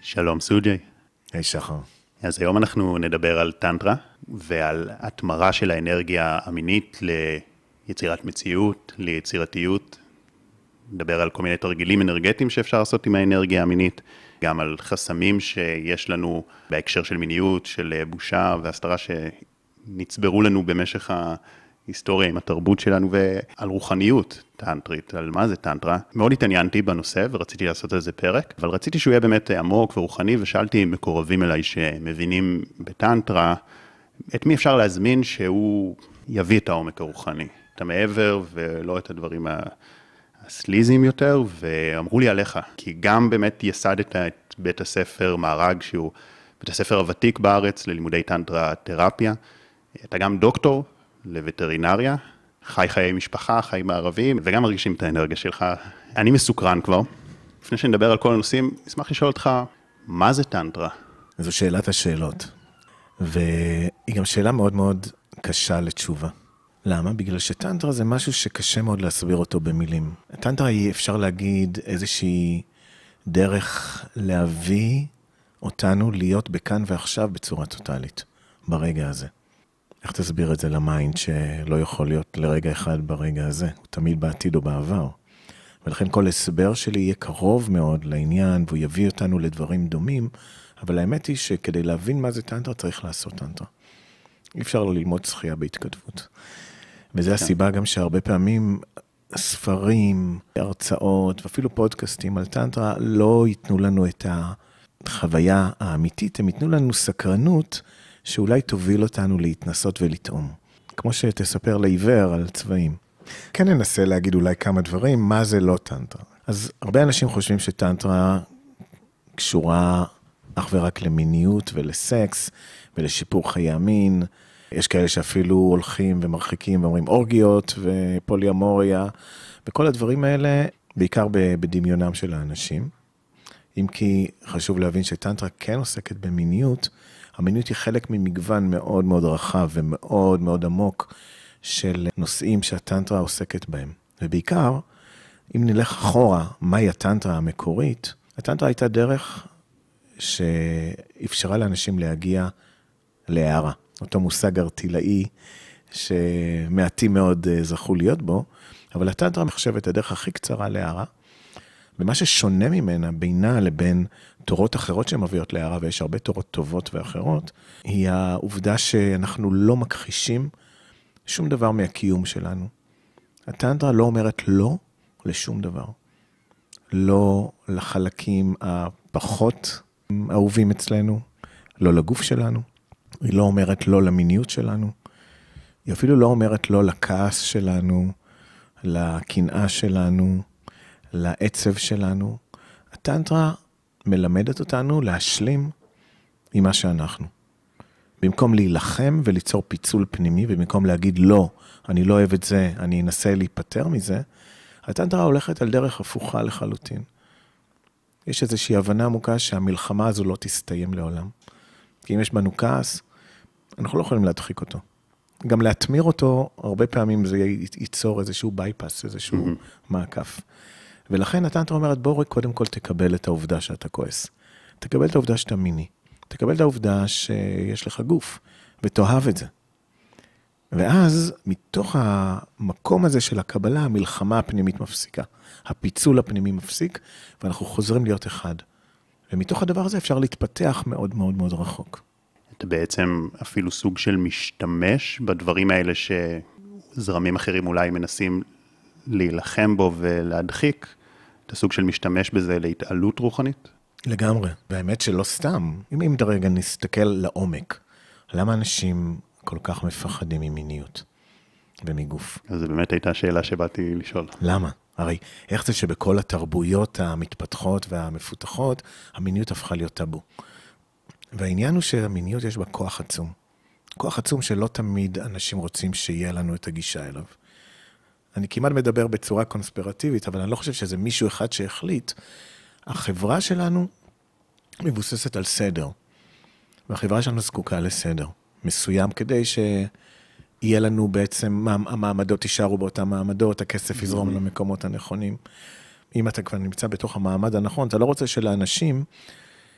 שלום סוג'י. היי שחר. אז היום אנחנו נדבר על טנטרה ועל התמרה של האנרגיה המינית ליצירת מציאות, ליצירתיות. נדבר על כל מיני תרגילים אנרגטיים שאפשר לעשות עם האנרגיה המינית, גם על חסמים שיש לנו בהקשר של מיניות, של בושה והסתרה שנצברו לנו במשך ההיסטוריה עם התרבות שלנו, ועל רוחניות טנטרית, על מה זה טנטרה. מאוד התעניינתי בנושא ורציתי לעשות על זה פרק, אבל רציתי שהוא יהיה באמת עמוק ורוחני, ושאלתי מקורבים אליי שמבינים בטנטרה, את מי אפשר להזמין שהוא יביא את העומק הרוחני, את המעבר ולא את הדברים הסליזיים יותר, ואמרו לי עליך, כי גם באמת יסדת את בית הספר מארג, שהוא בית הספר הוותיק בארץ ללימודי טנטרה תרפיה, אתה גם דוקטור לווטרינריה, חי חיי משפחה, חיים מערבים, וגם מרגישים את האנרגיה שלך. אני מסוקרן כבר. לפני שנדבר על כל הנושאים, אשמח לשאול אותך, מה זה טנטרה? זו שאלת השאלות, והיא גם שאלה מאוד מאוד קשה לתשובה. למה? בגלל שטנטרה זה משהו שקשה מאוד להסביר אותו במילים. טנטרה היא, אפשר להגיד, איזושהי דרך להביא אותנו להיות בכאן ועכשיו בצורה טוטלית, ברגע הזה. איך תסביר את זה למיינד שלא יכול להיות לרגע אחד ברגע הזה? הוא תמיד בעתיד או בעבר. ולכן כל הסבר שלי יהיה קרוב מאוד לעניין, והוא יביא אותנו לדברים דומים, אבל האמת היא שכדי להבין מה זה טנטרה, צריך לעשות טנטרה. אי אפשר ללמוד שחייה בהתכתבות. וזו הסיבה גם שהרבה פעמים ספרים, הרצאות, ואפילו פודקאסטים על טנטרה, לא ייתנו לנו את החוויה האמיתית, הם ייתנו לנו סקרנות, שאולי תוביל אותנו להתנסות ולטעום. כמו שתספר לעיוור על צבעים. כן ננסה להגיד אולי כמה דברים, מה זה לא טנטרה. אז הרבה אנשים חושבים שטנטרה קשורה אך ורק למיניות ולסקס, ולשיפור חיי המין. יש כאלה שאפילו הולכים ומרחיקים ואומרים אורגיות ופוליאמוריה, וכל הדברים האלה בעיקר בדמיונם של האנשים. אם כי חשוב להבין שטנטרה כן עוסקת במיניות, המיניות היא חלק ממגוון מאוד מאוד רחב ומאוד מאוד עמוק של נושאים שהטנטרה עוסקת בהם. ובעיקר, אם נלך אחורה, מהי הטנטרה המקורית, הטנטרה הייתה דרך שאפשרה לאנשים להגיע להערה. אותו מושג ארטילאי שמעטים מאוד זכו להיות בו, אבל הטנטרה מחשבת הדרך הכי קצרה להערה, ומה ששונה ממנה בינה לבין תורות אחרות שמביאות להערה, ויש הרבה תורות טובות ואחרות, היא העובדה שאנחנו לא מכחישים שום דבר מהקיום שלנו. הטנטרה לא אומרת לא לשום דבר. לא לחלקים הפחות אהובים אצלנו, לא לגוף שלנו. היא לא אומרת לא למיניות שלנו. היא אפילו לא אומרת לא לכעס שלנו, לקנאה שלנו, לעצב שלנו. הטנטרה מלמדת אותנו להשלים עם מה שאנחנו. במקום להילחם וליצור פיצול פנימי, ובמקום להגיד לא, אני לא אוהב את זה, אני אנסה להיפטר מזה, הטנטרה הולכת על דרך הפוכה לחלוטין. יש איזושהי הבנה עמוקה שהמלחמה הזו לא תסתיים לעולם. כי אם יש בנו כעס, אנחנו לא יכולים להדחיק אותו. גם להתמיר אותו, הרבה פעמים זה ייצור איזשהו בייפס, איזשהו מעקף. ולכן הטנטרה אומרת, בואו קודם כל תקבל את העובדה שאתה כועס. תקבל את העובדה שאתה מיני. תקבל את העובדה שיש לך גוף, ותאהב את זה. ואז, מתוך המקום הזה של הקבלה, המלחמה הפנימית מפסיקה. הפיצול הפנימי מפסיק, ואנחנו חוזרים להיות אחד. ומתוך הדבר הזה אפשר להתפתח מאוד מאוד מאוד רחוק. אתה בעצם אפילו סוג של משתמש בדברים האלה שזרמים אחרים אולי מנסים להילחם בו ולהדחיק, אתה סוג של משתמש בזה להתעלות רוחנית? לגמרי, והאמת שלא סתם. אם דרגע נסתכל לעומק, למה אנשים כל כך מפחדים ממיניות ומגוף? אז זו באמת הייתה שאלה שבאתי לשאול. למה? הרי איך זה שבכל התרבויות המתפתחות והמפותחות, המיניות הפכה להיות טאבו. והעניין הוא שהמיניות יש בה כוח עצום. כוח עצום שלא תמיד אנשים רוצים שיהיה לנו את הגישה אליו. אני כמעט מדבר בצורה קונספירטיבית, אבל אני לא חושב שזה מישהו אחד שהחליט. החברה שלנו מבוססת על סדר. והחברה שלנו זקוקה לסדר מסוים, כדי שיהיה לנו בעצם, המעמדות יישארו באותם מעמדות, הכסף יזרום למקומות הנכונים. אם אתה כבר נמצא בתוך המעמד הנכון, אתה לא רוצה שלאנשים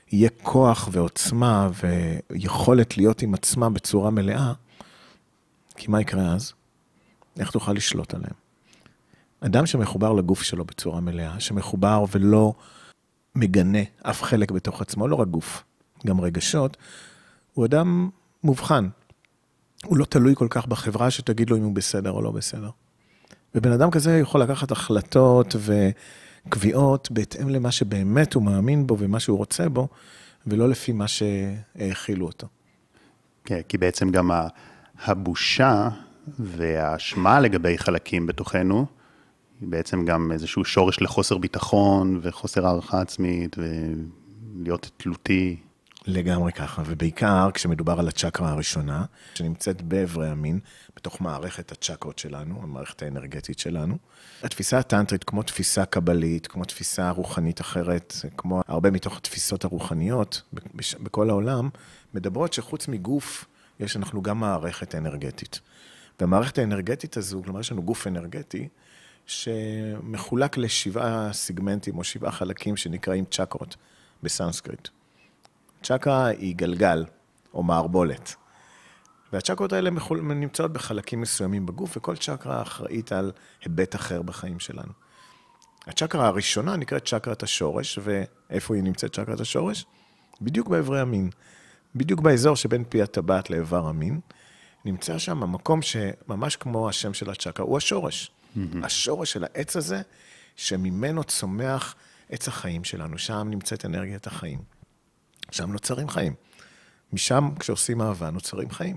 יהיה כוח ועוצמה ויכולת להיות עם עצמה בצורה מלאה, כי מה יקרה אז? איך תוכל לשלוט עליהם? אדם שמחובר לגוף שלו בצורה מלאה, שמחובר ולא מגנה אף חלק בתוך עצמו, לא רק גוף, גם רגשות, הוא אדם מובחן. הוא לא תלוי כל כך בחברה שתגיד לו אם הוא בסדר או לא בסדר. ובן אדם כזה יכול לקחת החלטות וקביעות בהתאם למה שבאמת הוא מאמין בו ומה שהוא רוצה בו, ולא לפי מה שהאכילו אותו. כן, כי בעצם גם הבושה והאשמה לגבי חלקים בתוכנו, היא בעצם גם איזשהו שורש לחוסר ביטחון וחוסר הערכה עצמית ולהיות תלותי. לגמרי ככה, ובעיקר כשמדובר על הצ'קרה הראשונה, שנמצאת בעברי המין, בתוך מערכת הצ'קרות שלנו, המערכת האנרגטית שלנו. התפיסה הטנטרית, כמו תפיסה קבלית, כמו תפיסה רוחנית אחרת, כמו הרבה מתוך התפיסות הרוחניות בכל העולם, מדברות שחוץ מגוף, יש אנחנו גם מערכת אנרגטית. והמערכת האנרגטית הזו, כלומר יש לנו גוף אנרגטי, שמחולק לשבעה סיגמנטים או 7 חלקים שנקראים צ'קרות בסנסקריט. צ'קרה היא גלגל או מערבולת. והצ'קרות האלה נמצאות בחלקים מסוימים בגוף, וכל צ'קרה אחראית על היבט אחר בחיים שלנו. הצ'קרה הראשונה נקראת צ'קרת השורש, ואיפה היא נמצאת צ'קרת השורש? בדיוק בעברי המין. בדיוק באזור שבין פי הטבעת לאיבר המין, נמצא שם המקום שממש כמו השם של הצ'קרה, הוא השורש. השורש של העץ הזה, שממנו צומח עץ החיים שלנו, שם נמצאת אנרגיית החיים. שם נוצרים חיים. משם, כשעושים אהבה, נוצרים חיים.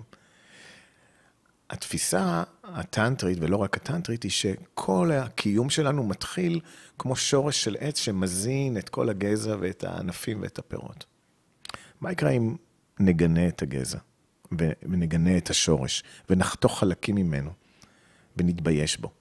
התפיסה הטנטרית, ולא רק הטנטרית, היא שכל הקיום שלנו מתחיל כמו שורש של עץ שמזין את כל הגזע ואת הענפים ואת הפירות. מה יקרה אם נגנה את הגזע ונגנה את השורש ונחתוך חלקים ממנו ונתבייש בו?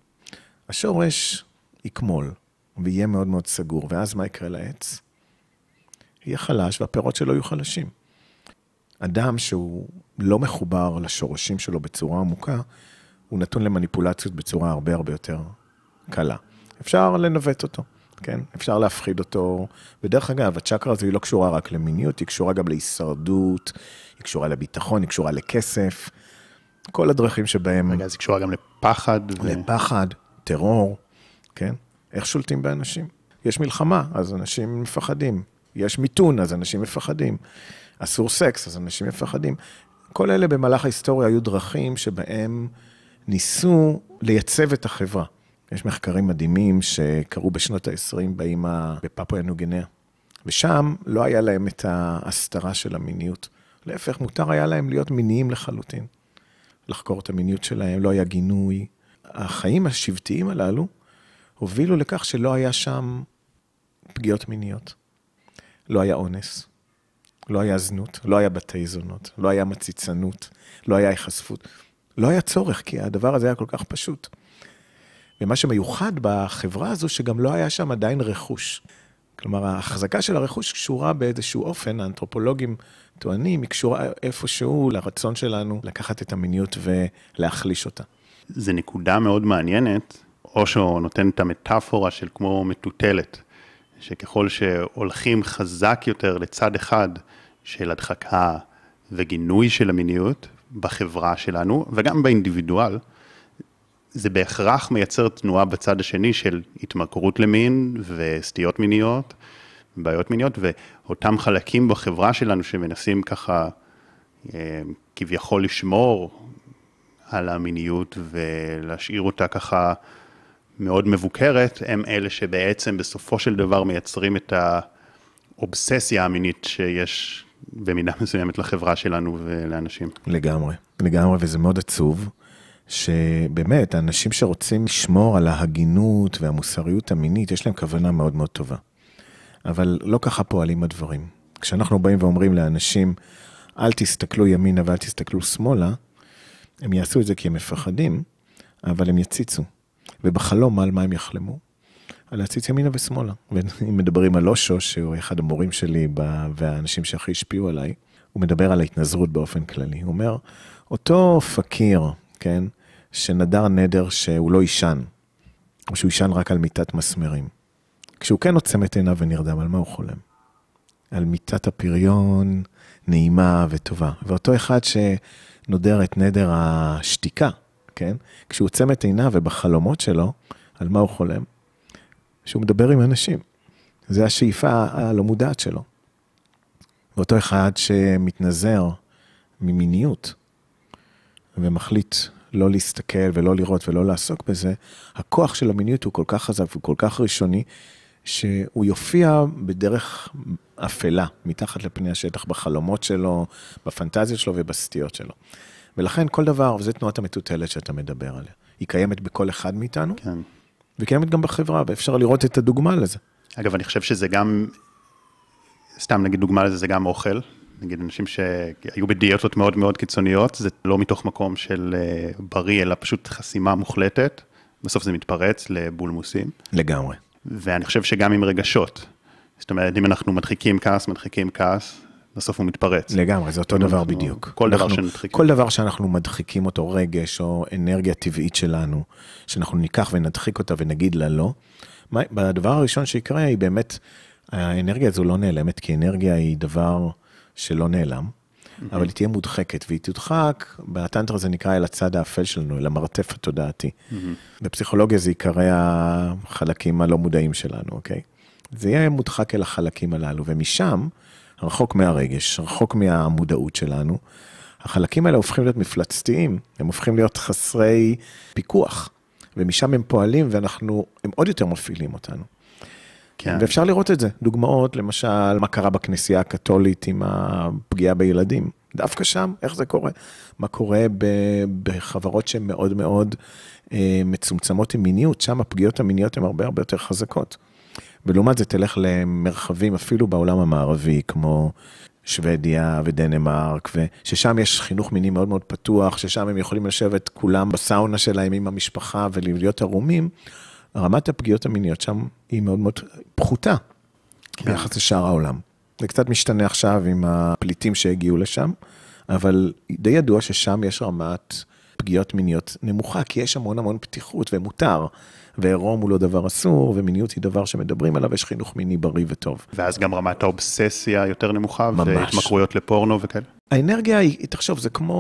השורש יקמול ויהיה מאוד מאוד סגור, ואז מה יקרה לעץ? יהיה חלש והפירות שלו יהיו חלשים. אדם שהוא לא מחובר לשורשים שלו בצורה עמוקה, הוא נתון למניפולציות בצורה הרבה הרבה יותר קלה. אפשר לנווט אותו, כן? אפשר להפחיד אותו. ודרך אגב, הצ'קרה הזו היא לא קשורה רק למיניות, היא קשורה גם להישרדות, היא קשורה לביטחון, היא קשורה לכסף. כל הדרכים שבהם... רגע, אז היא קשורה גם לפחד. לפחד, טרור, כן? איך שולטים באנשים? יש מלחמה, אז אנשים מפחדים. יש מיתון, אז אנשים מפחדים. אסור סקס, אז אנשים מפחדים. כל אלה במהלך ההיסטוריה היו דרכים שבהם ניסו לייצב את החברה. יש מחקרים מדהימים שקרו בשנות ה-20 באמא בפפואה ניו גינאה. ושם לא היה להם את ההסתרה של המיניות. להפך, מותר היה להם להיות מיניים לחלוטין. לחקור את המיניות שלהם, לא היה גינוי. החיים השבטיים הללו הובילו לכך שלא היה שם פגיעות מיניות. לא היה אונס, לא היה זנות, לא היה בתי זונות, לא היה מציצנות, לא היה היחשפות. לא היה צורך, כי הדבר הזה היה כל כך פשוט. ומה שמיוחד בחברה הזו, שגם לא היה שם עדיין רכוש. כלומר, ההחזקה של הרכוש קשורה באיזשהו אופן, האנתרופולוגים טוענים, היא קשורה איפשהו לרצון שלנו לקחת את המיניות ולהחליש אותה. זה נקודה מאוד מעניינת, או שהוא נותן את המטאפורה של כמו מטוטלת, שככל שהולכים חזק יותר לצד אחד של הדחקה וגינוי של המיניות בחברה שלנו, וגם באינדיבידואל, זה בהכרח מייצר תנועה בצד השני של התמכרות למין וסטיות מיניות, בעיות מיניות, ואותם חלקים בחברה שלנו שמנסים ככה כביכול לשמור על המיניות ולהשאיר אותה ככה מאוד מבוקרת, הם אלה שבעצם בסופו של דבר מייצרים את האובססיה המינית שיש במידה מסוימת לחברה שלנו ולאנשים. לגמרי, לגמרי, וזה מאוד עצוב, שבאמת האנשים שרוצים לשמור על ההגינות והמוסריות המינית, יש להם כוונה מאוד מאוד טובה. אבל לא ככה פועלים הדברים. כשאנחנו באים ואומרים לאנשים, אל תסתכלו ימינה ואל תסתכלו שמאלה, הם יעשו את זה כי הם מפחדים, אבל הם יציצו. ובחלום על מה הם יחלמו? על להציץ ימינה ושמאלה. ואם מדברים על אושו, שהוא אחד המורים שלי והאנשים שהכי השפיעו עליי, הוא מדבר על ההתנזרות באופן כללי. הוא אומר, אותו פקיר, כן, שנדר נדר שהוא לא ישן, או שהוא ישן רק על מיטת מסמרים. כשהוא כן עוצם את עיניו ונרדם, על מה הוא חולם? על מיטת הפריון, נעימה וטובה. ואותו אחד שנודר את נדר השתיקה, כן? כשהוא עוצם את עיניו ובחלומות שלו, על מה הוא חולם? שהוא מדבר עם אנשים. זה השאיפה הלא מודעת שלו. ואותו אחד שמתנזר ממיניות, ומחליט לא להסתכל ולא לראות ולא לעסוק בזה, הכוח של המיניות הוא כל כך חזק וכל כך ראשוני, שהוא יופיע בדרך אפלה, מתחת לפני השטח, בחלומות שלו, בפנטזיות שלו ובסטיות שלו. ולכן כל דבר, וזו תנועת המטוטלת שאתה מדבר עליה, היא קיימת בכל אחד מאיתנו, כן. וקיימת גם בחברה, ואפשר לראות את הדוגמה לזה. אגב, אני חושב שזה גם, סתם נגיד דוגמה לזה, זה גם אוכל. נגיד אנשים שהיו בדיאטות מאוד מאוד קיצוניות, זה לא מתוך מקום של בריא, אלא פשוט חסימה מוחלטת. בסוף זה מתפרץ לבולמוסים. לגמרי. ואני חושב שגם עם רגשות. זאת אומרת, אם אנחנו מדחיקים כעס, בסוף הוא מתפרץ. לגמרי, זה אותו דבר בדיוק. כל דבר שאנחנו מדחיקים אותו, רגש או אנרגיה טבעית שלנו, שאנחנו ניקח ונדחיק אותה ונגיד לה לא, בדבר הראשון שיקרה היא באמת, האנרגיה הזו לא נעלמת, כי אנרגיה היא דבר שלא נעלם, אבל היא תהיה מודחקת, והיא תודחק, בטנטרה זה נקרא אל הצד האפל שלנו, אל המרתף התודעתי. בפסיכולוגיה זה יקרא החלקים הלא מודעים שלנו, אוקיי? זה יהיה מודחק אל החלקים הללו, ומשם, רחוק מהרגש, רחוק מהמודעות שלנו, החלקים האלה הופכים להיות מפלצתיים, הם הופכים להיות חסרי פיקוח, ומשם הם פועלים, הם עוד יותר מפעילים אותנו. כן. ואפשר לראות את זה, דוגמאות, למשל, מה קרה בכנסייה הקתולית עם הפגיעה בילדים, דווקא שם, איך זה קורה? מה קורה בחברות שהן מאוד מאוד מצומצמות עם מיניות, שם הפגיעות המיניות הן הרבה הרבה יותר חזקות. ולעומת זה תלך למרחבים, אפילו בעולם המערבי, כמו שוודיה ודנמרק, ששם יש חינוך מיני מאוד מאוד פתוח, ששם הם יכולים לשבת כולם בסאונה שלהם עם המשפחה ולהיות ערומים, רמת הפגיעות המיניות שם היא מאוד מאוד פחותה, ביחס לשאר העולם. זה קצת משתנה עכשיו עם הפליטים שהגיעו לשם, אבל די ידוע ששם יש רמת פגיעות מיניות נמוכה, כי יש המון המון פתיחות ומותר, ועירום הוא לא דבר אסור, ומיניות היא דבר שמדברים עליו, יש חינוך מיני בריא וטוב. ואז גם רמת האובססיה יותר נמוכה, והתמכרויות לפורנו וכאלה? האנרגיה היא, תחשוב,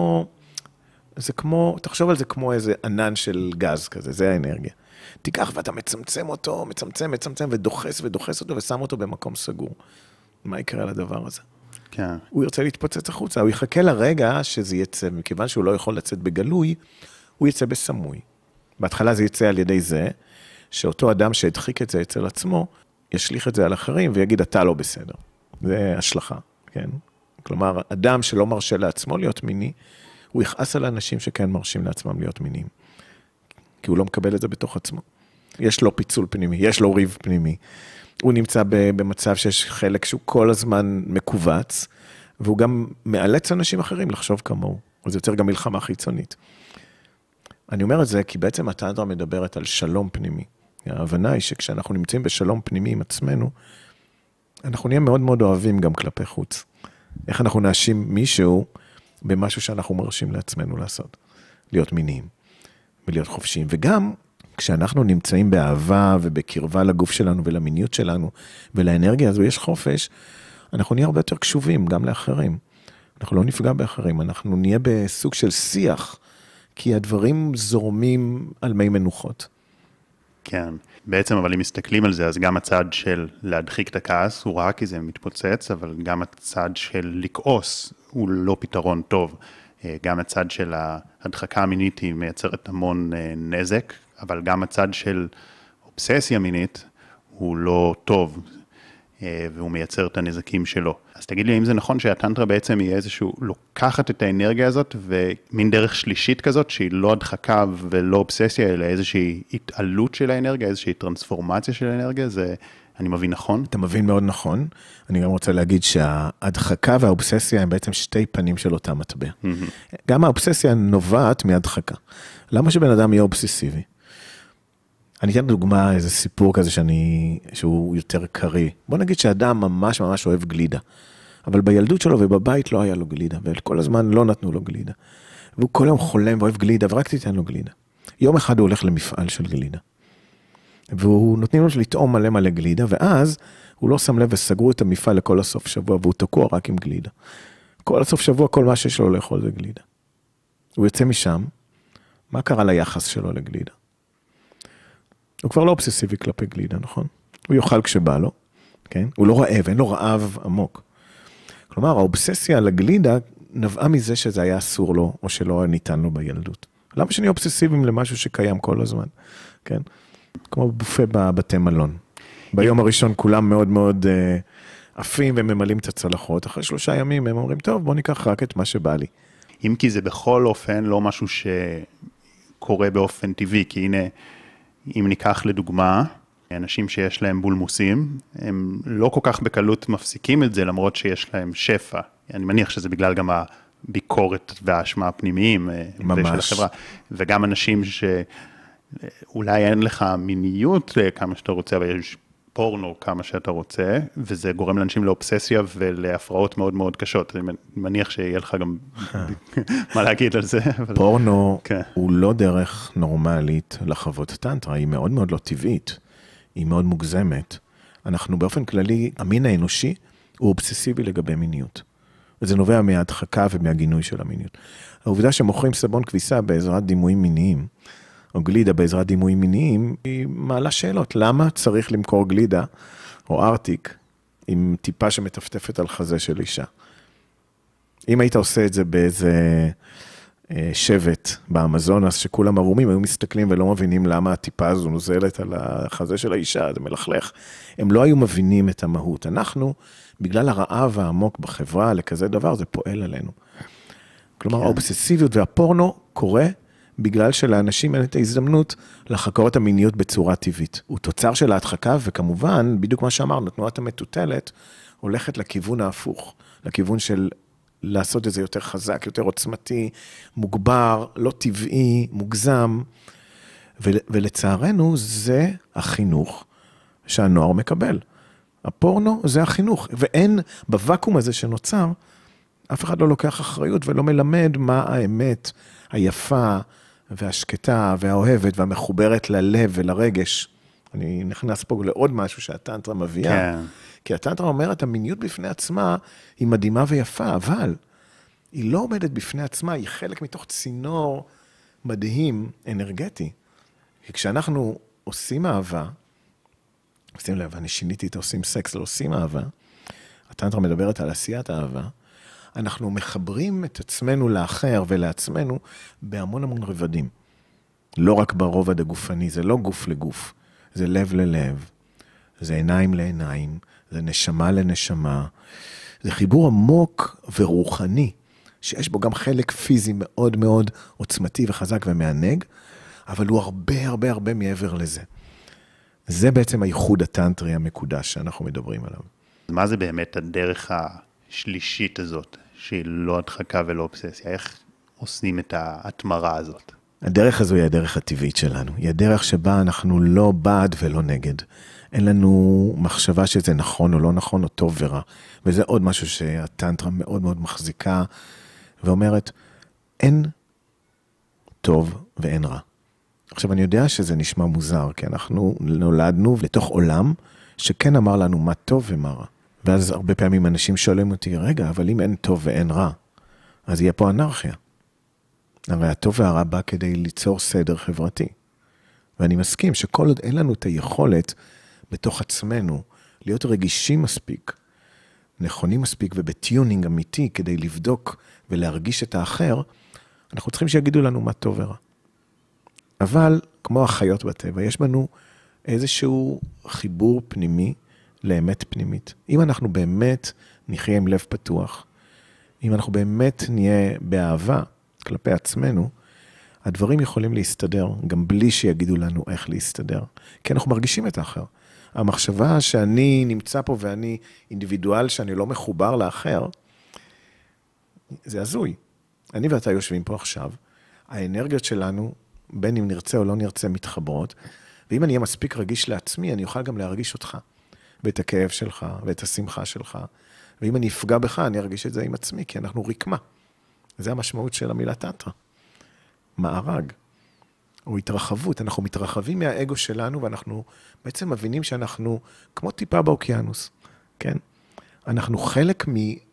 תחשוב על זה כמו איזה ענן של גז כזה, זה האנרגיה. תיקח ואתה מצמצם אותו, מצמצם, ודוחס אותו, ושם אותו במקום סגור. מה יקרה לדבר הזה? כן. הוא ירצה להתפוצץ החוצה, הוא יחכה לרגע שזה יצא, מכיוון שהוא לא יכול לצאת בגלוי, הוא יצא בסמוי. בהתחלה זה יצא על ידי זה, שאותו אדם שהדחיק את זה אצל עצמו, ישליך את זה על אחרים ויגיד, אתה לא בסדר. זה השלכה, כן? כלומר, אדם שלא מרשה לעצמו להיות מיני, הוא יכעס על אנשים שכן מרשים לעצמם להיות מיניים. כי הוא לא מקבל את זה בתוך עצמו. יש לו פיצול פנימי, יש לו ריב פנימי. הוא נמצא במצב שיש חלק שהוא כל הזמן מקובץ, והוא גם מאלץ אנשים אחרים לחשוב כמוהו. וזה יוצר גם מלחמה חיצונית. אני אומר את זה כי בעצם הטנטרה מדברת על שלום פנימי. ההבנה היא שכשאנחנו נמצאים בשלום פנימי עם עצמנו, אנחנו נהיה מאוד מאוד אוהבים גם כלפי חוץ. איך אנחנו נאשים מישהו במשהו שאנחנו מרשים לעצמנו לעשות. להיות מיניים ולהיות חופשיים. וגם כשאנחנו נמצאים באהבה ובקרבה לגוף שלנו ולמיניות שלנו ולאנרגיה הזו יש חופש, אנחנו נהיה הרבה יותר קשובים גם לאחרים. אנחנו לא נפגע באחרים, אנחנו נהיה בסוג של שיח, כי הדברים זורמים על מי מנוחות. כן, בעצם אבל אם מסתכלים על זה, אז גם הצד של להדחיק את הכעס הוא רע כי זה מתפוצץ, אבל גם הצד של לכעוס הוא לא פתרון טוב. גם הצד של ההדחקה המינית היא מייצרת המון נזק, אבל גם הצד של אובססיה מינית הוא לא טוב, והוא מייצר את הנזקים שלו. אז תגיד לי, האם זה נכון שהטנטרה בעצם היא איזשהו, לוקחת את האנרגיה הזאת, ומין דרך שלישית כזאת, שהיא לא הדחקה ולא אובססיה, אלא איזושהי התעלות של האנרגיה, איזושהי טרנספורמציה של האנרגיה, זה, אני מבין נכון? אתה מבין מאוד נכון. אני גם רוצה להגיד שההדחקה והאובססיה הם בעצם שתי פנים של אותה מטבע. גם האובססיה נובעת מהדחקה. למה שבן אדם יהיה אובססיבי? אני אתן דוגמה, איזה סיפור כזה שהוא יותר קרי. בוא נגיד שאדם ממש ממש אוהב גלידה, אבל בילדות שלו ובבית לא היה לו גלידה, וכל הזמן לא נתנו לו גלידה. והוא כל יום חולם ואוהב גלידה, ורק תיתן לו גלידה. יום אחד הוא הולך למפעל של גלידה. והוא נותנים לו לטעום מלא מלא גלידה, ואז הוא לא שם לב וסגרו את המפעל לכל הסוף שבוע, והוא תקוע רק עם גלידה. כל הסוף שבוע, כל מה שיש לו לאכול זה גלידה. הוא יוצא משם, מה קרה ליחס שלו לגלידה? הוא כבר לא אובססיבי כלפי גלידה, נכון? הוא יאכל כשבא לו, כן? הוא לא רעב, אין לו רעב עמוק. כלומר, האובססיה לגלידה נבעה מזה שזה היה אסור לו, או שלא ניתן לו בילדות. למה שנהיה אובססיביים למשהו שקיים כל הזמן, כן? כמו בופה בבתי מלון. ביום הראשון כולם מאוד מאוד עפים וממלאים את הצלחות. אחרי 3 ימים הם אומרים, טוב, בוא ניקח רק את מה שבא לי. אם כי זה בכל אופן לא משהו שקורה באופן טבעי, כי הנה, אם ניקח לדוגמה, אנשים שיש להם בולמוסים, הם לא כל כך בקלות מפסיקים את זה, למרות שיש להם שפע. אני מניח שזה בגלל גם הביקורת והאשמה הפנימיים של החברה. וגם אנשים שאולי אין לך מיניות כמה שאתה רוצה, אבל יש פורנו כמה שאתה רוצה, וזה גורם לאנשים לאובססיה ולהפרעות מאוד מאוד קשות. אני מניח שיהיה לך גם מה להגיד על זה. פורנו הוא לא דרך נורמלית לחוות טנטרה, היא מאוד מאוד לא טבעית, היא מאוד מוגזמת. אנחנו באופן כללי, המין האנושי הוא אובססיבי לגבי מיניות. וזה נובע מההדחקה ומהגינוי של המיניות. העובדה שמוכרים סבון כביסה בעזרת דימויים מיניים, או גלידה בעזרת דימויים מיניים, היא מעלה שאלות. למה צריך למכור גלידה או ארטיק עם טיפה שמטפטפת על חזה של אישה? אם היית עושה את זה באיזה שבט באמזון, אז שכולם ערומים היו מסתכלים ולא מבינים למה הטיפה הזו נוזלת על החזה של האישה, זה מלכלך. הם לא היו מבינים את המהות. אנחנו, בגלל הרעב העמוק בחברה לכזה דבר, זה פועל עלינו. כלומר, האובססיביות והפורנו קורה בגלל שלאנשים אין את ההזדמנות לחקור את המיניות בצורה טבעית. הוא תוצר של ההדחקה, וכמובן, בדיוק מה שאמרנו, תנועת המטוטלת הולכת לכיוון ההפוך, לכיוון של לעשות את זה יותר חזק, יותר עוצמתי, מוגבר, לא טבעי, מוגזם, ולצערנו זה החינוך שהנוער מקבל. הפורנו זה החינוך, ואין בוואקום הזה שנוצר, אף אחד לא לוקח אחריות ולא מלמד מה האמת היפה והשקטה והאוהבת והמחוברת ללב ולרגש. אני נכנס פה לעוד משהו שהטנטרה מביאה. כן. כי הטנטרה אומרת, המיניות בפני עצמה היא מדהימה ויפה, אבל היא לא עומדת בפני עצמה, היא חלק מתוך צינור מדהים, אנרגטי. כי כשאנחנו עושים אהבה, עושים לב, אני שיניתי את עושים סקס, לא עושים אהבה, הטנטרה מדברת על עשיית האהבה, אנחנו מחברים את עצמנו לאחר ולעצמנו בהמון המון רבדים. לא רק ברובד הגופני, זה לא גוף לגוף, זה לב ללב, זה עיניים לעיניים, זה נשמה לנשמה, זה חיבור עמוק ורוחני, שיש בו גם חלק פיזי מאוד מאוד עוצמתי וחזק ומענג, אבל הוא הרבה הרבה הרבה מעבר לזה. זה בעצם הייחוד הטנטרי המקודש שאנחנו מדברים עליו. מה זה באמת הדרך השלישית הזאת, שהיא לא הדחקה ולא אובססיה? איך עושים את ההתמרה הזאת? הדרך הזו היא הדרך הטבעית שלנו. היא הדרך שבה אנחנו לא בעד ולא נגד. אין לנו מחשבה שזה נכון או לא נכון או טוב ורע. וזה עוד משהו שהטנטרה מאוד מאוד מחזיקה ואומרת, אין טוב ואין רע. עכשיו אני יודע שזה נשמע מוזר, כי אנחנו נולדנו לתוך עולם שכן אמר לנו מה טוב ומה רע. ואז הרבה פעמים אנשים שואלים אותי, רגע, אבל אם אין טוב ואין רע, אז יהיה פה אנרכיה. הרי הטוב והרע בא כדי ליצור סדר חברתי. ואני מסכים שכל עוד אין לנו את היכולת בתוך עצמנו, להיות רגישים מספיק, נכונים מספיק ובטיונינג אמיתי כדי לבדוק ולהרגיש את האחר, אנחנו צריכים שיגידו לנו מה טוב ורע. אבל כמו החיות בטבע, יש בנו איזשהו חיבור פנימי לאמת פנימית. אם אנחנו באמת נחיה עם לב פתוח, אם אנחנו באמת נהיה באהבה כלפי עצמנו, הדברים יכולים להסתדר, גם בלי שיגידו לנו איך להסתדר. כי אנחנו מרגישים את האחר. המחשבה שאני נמצא פה ואני אינדיבידואל, שאני לא מחובר לאחר, זה הזוי. אני ואתה יושבים פה עכשיו, האנרגיות שלנו, בין אם נרצה או לא נרצה, מתחברות, ואם אני אהיה מספיק רגיש לעצמי, אני אוכל גם להרגיש אותך, ואת הכאב שלך, ואת השמחה שלך, ואם אני אפגע בך, אני ארגיש את זה עם עצמי, כי אנחנו רקמה. זה המשמעות של המילה טנטרה. מארג. או התרחבות, אנחנו מתרחבים מהאגו שלנו, ואנחנו בעצם מבינים שאנחנו כמו טיפה באוקיינוס, כן? אנחנו חלק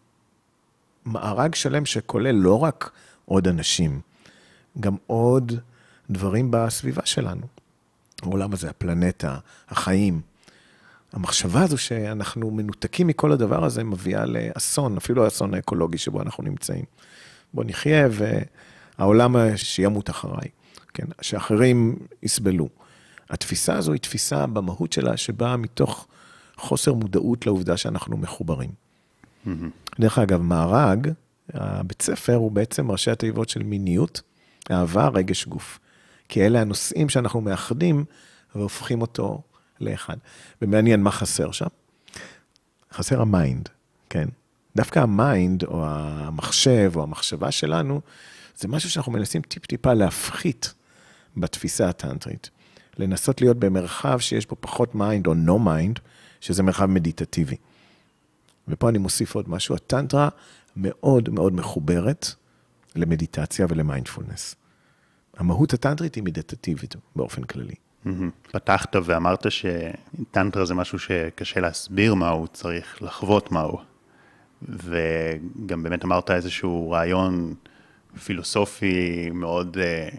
ממארג שלם שכולל לא רק עוד אנשים, גם עוד דברים בסביבה שלנו. העולם הזה, הפלנטה, החיים. המחשבה הזו שאנחנו מנותקים מכל הדבר הזה מביאה לאסון, אפילו האסון האקולוגי שבו אנחנו נמצאים. בוא נחיה והעולם שימות אחריי, כן? שאחרים יסבלו. התפיסה הזו היא תפיסה במהות שלה שבאה מתוך חוסר מודעות לעובדה שאנחנו מחוברים. דרך אגב, מארג, הבית ספר הוא בעצם ראשי התיבות של מיניות, אהבה, רגש, גוף. כי אלה הנושאים שאנחנו מאחדים והופכים אותו לאחד. ומעניין מה חסר שם. חסר המיינד, כן? דווקא המיינד או המחשב או המחשבה שלנו, זה משהו שאנחנו מנסים טיפ-טיפה להפחית בתפיסה הטנטרית. לנסות להיות במרחב שיש בו פחות מיינד או no מיינד, שזה מרחב מדיטטיבי. ופה אני מוסיף עוד משהו, הטנטרה מאוד מאוד מחוברת למדיטציה ולמיינדפולנס. המהות הטנטרית היא מדיטטיבית באופן כללי. פתחת ואמרת שטנטרה זה משהו שקשה להסביר מהו, צריך לחוות מהו. וגם באמת אמרת איזשהו רעיון פילוסופי מאוד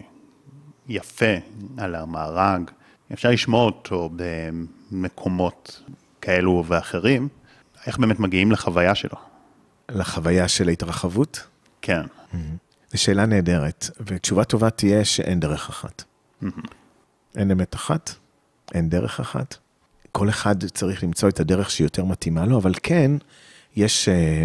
יפה על המארג. אפשר לשמוע אותו במקומות כאלו ואחרים. איך באמת מגיעים לחוויה שלו? לחוויה של ההתרחבות? כן. זו שאלה נהדרת, ותשובה טובה תהיה שאין דרך אחת. אין אמת אחת, אין דרך אחת. כל אחד צריך למצוא את הדרך שיותר מתאימה לו, אבל כן, יש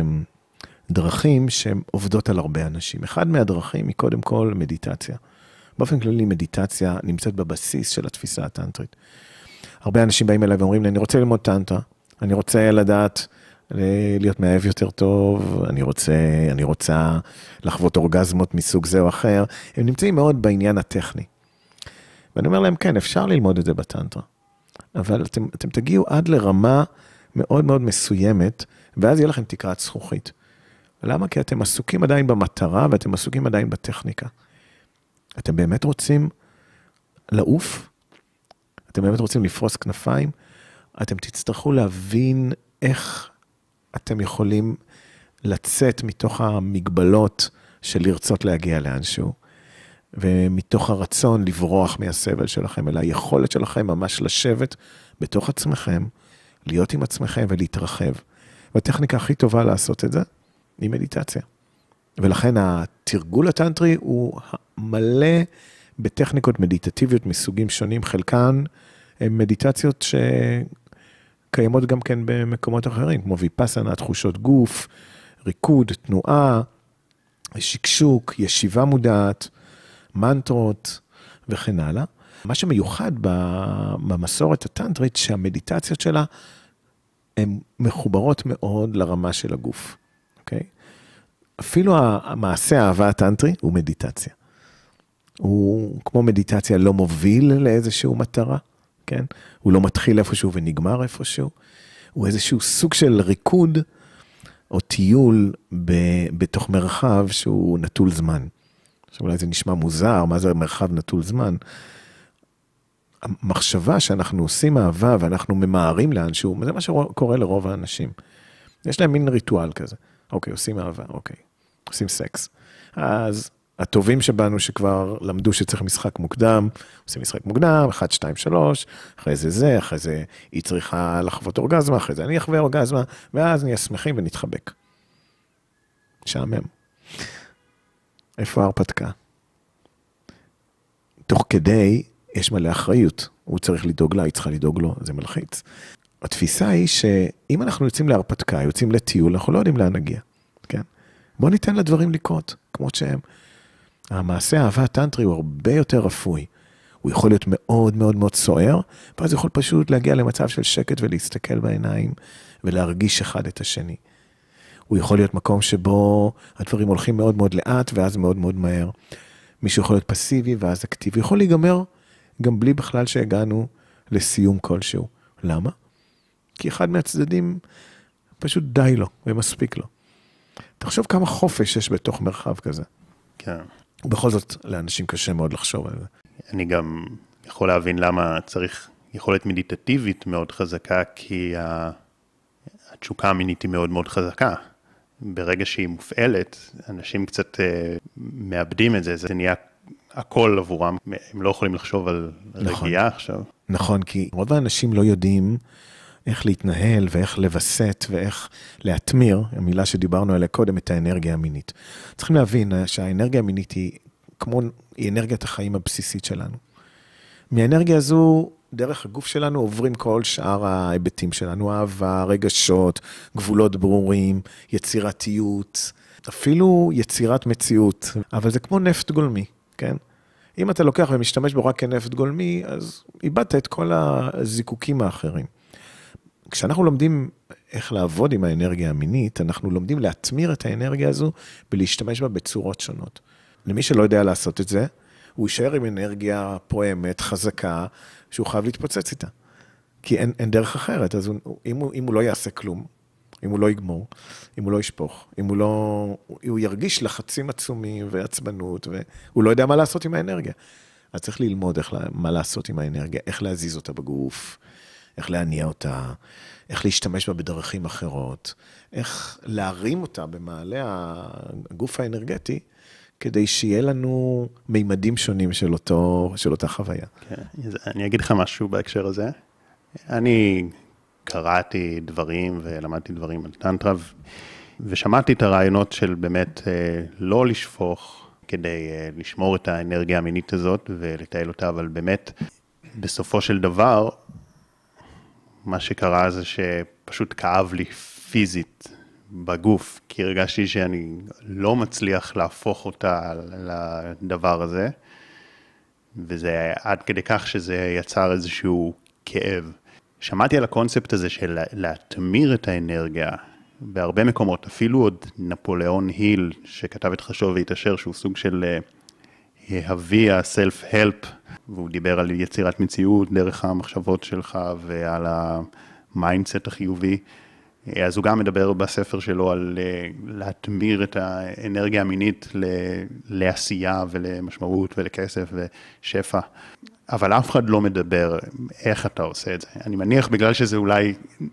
דרכים שהן עובדות על הרבה אנשים. אחד מהדרכים היא קודם כל מדיטציה. באופן כללי מדיטציה נמצאת בבסיס של התפיסה הטנטרית. הרבה אנשים באים אליי ואומרים לי, אני רוצה ללמוד טנטרה, אני רוצה לדעת להיות מאהב יותר טוב, אני רוצה לחוות אורגזמות מסוג זה או אחר. הם נמצאים מאוד בעניין הטכני. ואני אומר להם, כן, אפשר ללמוד את זה בטנטרה, אבל אתם תגיעו עד לרמה מאוד מאוד מסוימת, ואז יהיה לכם תקרת זכוכית. למה? כי אתם עסוקים עדיין במטרה, ואתם עסוקים עדיין בטכניקה. אתם באמת רוצים לעוף? אתם באמת רוצים לפרוס כנפיים? אתם תצטרכו להבין איך אתם יכולים לצאת מתוך המגבלות של לרצות להגיע לאנשהו, ומתוך הרצון לברוח מהסבל שלכם, אלא היכולת שלכם ממש לשבת בתוך עצמכם, להיות עם עצמכם ולהתרחב. והטכניקה הכי טובה לעשות את זה היא מדיטציה. ולכן התרגול הטנטרי הוא מלא בטכניקות מדיטטיביות מסוגים שונים, חלקן הן מדיטציות שקיימות גם כן במקומות אחרים, כמו ויפאסנה, תחושות גוף, ריקוד, תנועה, שקשוק, ישיבה מודעת, מנטרות וכן הלאה. מה שמיוחד במסורת הטנטרית, שהמדיטציות שלה הן מחוברות מאוד לרמה של הגוף. אוקיי? אפילו המעשה האהבה הטנטרי הוא מדיטציה. הוא כמו מדיטציה לא מוביל לאיזשהו מטרה, כן? הוא לא מתחיל איפשהו ונגמר איפשהו. הוא איזשהו סוג של ריקוד או טיול בתוך מרחב שהוא נטול זמן. עכשיו אולי זה נשמע מוזר, מה זה מרחב נטול זמן? המחשבה שאנחנו עושים אהבה ואנחנו ממהרים לאנשהו, זה מה שקורה לרוב האנשים. יש להם מין ריטואל כזה. אוקיי, עושים אהבה, אוקיי. עושים סקס. אז הטובים שבנו שכבר למדו שצריך משחק מוקדם, עושים משחק מוקדם, 1, 2, 3, אחרי זה, אחרי זה היא צריכה לחוות אורגזמה, אחרי זה אני אחווה אורגזמה, ואז נהיה שמחים ונתחבק. שעמם. איפה ההרפתקה? תוך כדי יש מלא אחריות. הוא צריך לדאוג לה, היא צריכה לדאוג לו, זה מלחיץ. התפיסה היא שאם אנחנו יוצאים להרפתקה, יוצאים לטיול, אנחנו לא יודעים לאן נגיע. כן? בואו ניתן לדברים לקרות, כמו שהם. המעשה האהבה הטנטרי הוא הרבה יותר רפוי. הוא יכול להיות מאוד מאוד מאוד סוער, ואז יכול פשוט להגיע למצב של שקט ולהסתכל בעיניים, ולהרגיש אחד את השני. הוא יכול להיות מקום שבו הדברים הולכים מאוד מאוד לאט, ואז מאוד מאוד מהר. מישהו יכול להיות פסיבי, ואז אקטיבי. יכול להיגמר גם בלי בכלל שהגענו לסיום כלשהו. למה? כי אחד מהצדדים פשוט די לו, ומספיק לו. תחשוב כמה חופש יש בתוך מרחב כזה. כן. ובכל זאת, לאנשים קשה מאוד לחשוב על זה. אני גם יכול להבין למה צריך יכולת מדיטטיבית מאוד חזקה, כי התשוקה המינית היא מאוד מאוד חזקה. ברגע שהיא מופעלת, אנשים קצת מאבדים את זה, זה נהיה הכל עבורם, הם לא יכולים לחשוב על רגיעה עכשיו. נכון, כי רוב האנשים לא יודעים איך להתנהל ואיך לבסט ואיך להתמיר, המילה שדיברנו עליה קודם, את האנרגיה המינית. צריכים להבין שהאנרגיה המינית היא אנרגיית החיים הבסיסית שלנו. מהאנרגיה הזו, דרך הגוף שלנו עוברים כל שאר ההיבטים שלנו, אהבה, רגשות, גבולות ברורים, יצירתיות, אפילו יצירת מציאות, אבל זה כמו נפט גולמי, כן? אם אתה לוקח ומשתמש בו רק כנפט גולמי, אז איבדת את כל הזיקוקים האחרים. כשאנחנו לומדים איך לעבוד עם האנרגיה המינית, אנחנו לומדים להתמיר את האנרגיה הזו ולהשתמש בה בצורות שונות. למי שלא יודע לעשות את זה, הוא יישאר עם אנרגיה פועמת, חזקה, שהוא חייב להתפוצץ איתה. כי אין דרך אחרת, אז אם הוא לא יעשה כלום, אם הוא לא יגמור, אם הוא לא ישפוך, אם הוא ירגיש לחצים עצומים ועצבנות, והוא לא יודע מה לעשות עם האנרגיה. אז צריך ללמוד מה לעשות עם האנרגיה, איך להזיז אותה בגוף, איך להניע אותה, איך להשתמש בה בדרכים אחרות, איך להרים אותה במעלה הגוף האנרגטי, כדי שיהיה לנו מימדים שונים של אותה חוויה. כן, אני אגיד לך משהו בהקשר הזה. אני קראתי דברים ולמדתי דברים על טנטרה, ושמעתי את הרעיונות של באמת לא לשפוך כדי לשמור את האנרגיה המינית הזאת ולטייל אותה, אבל באמת בסופו של דבר, מה שקרה זה שפשוט כאב לי פיזית בגוף, כי הרגשתי שאני לא מצליח להפוך אותה לדבר הזה, וזה עד כדי כך שזה יצר איזשהו כאב. שמעתי על הקונספט הזה של להתמיר את האנרגיה בהרבה מקומות, אפילו עוד נפוליאון היל, שכתב את חשוב והתאשר, שהוא סוג של הביא ה-self-help, והוא דיבר על יצירת מציאות דרך המחשבות שלך ועל המיינדסט החיובי. אז הוא גם מדבר בספר שלו על להתמיר את האנרגיה המינית לעשייה ולמשמעות ולכסף ושפע. אבל אף אחד לא מדבר איך אתה עושה את זה. אני מניח בגלל שזה אולי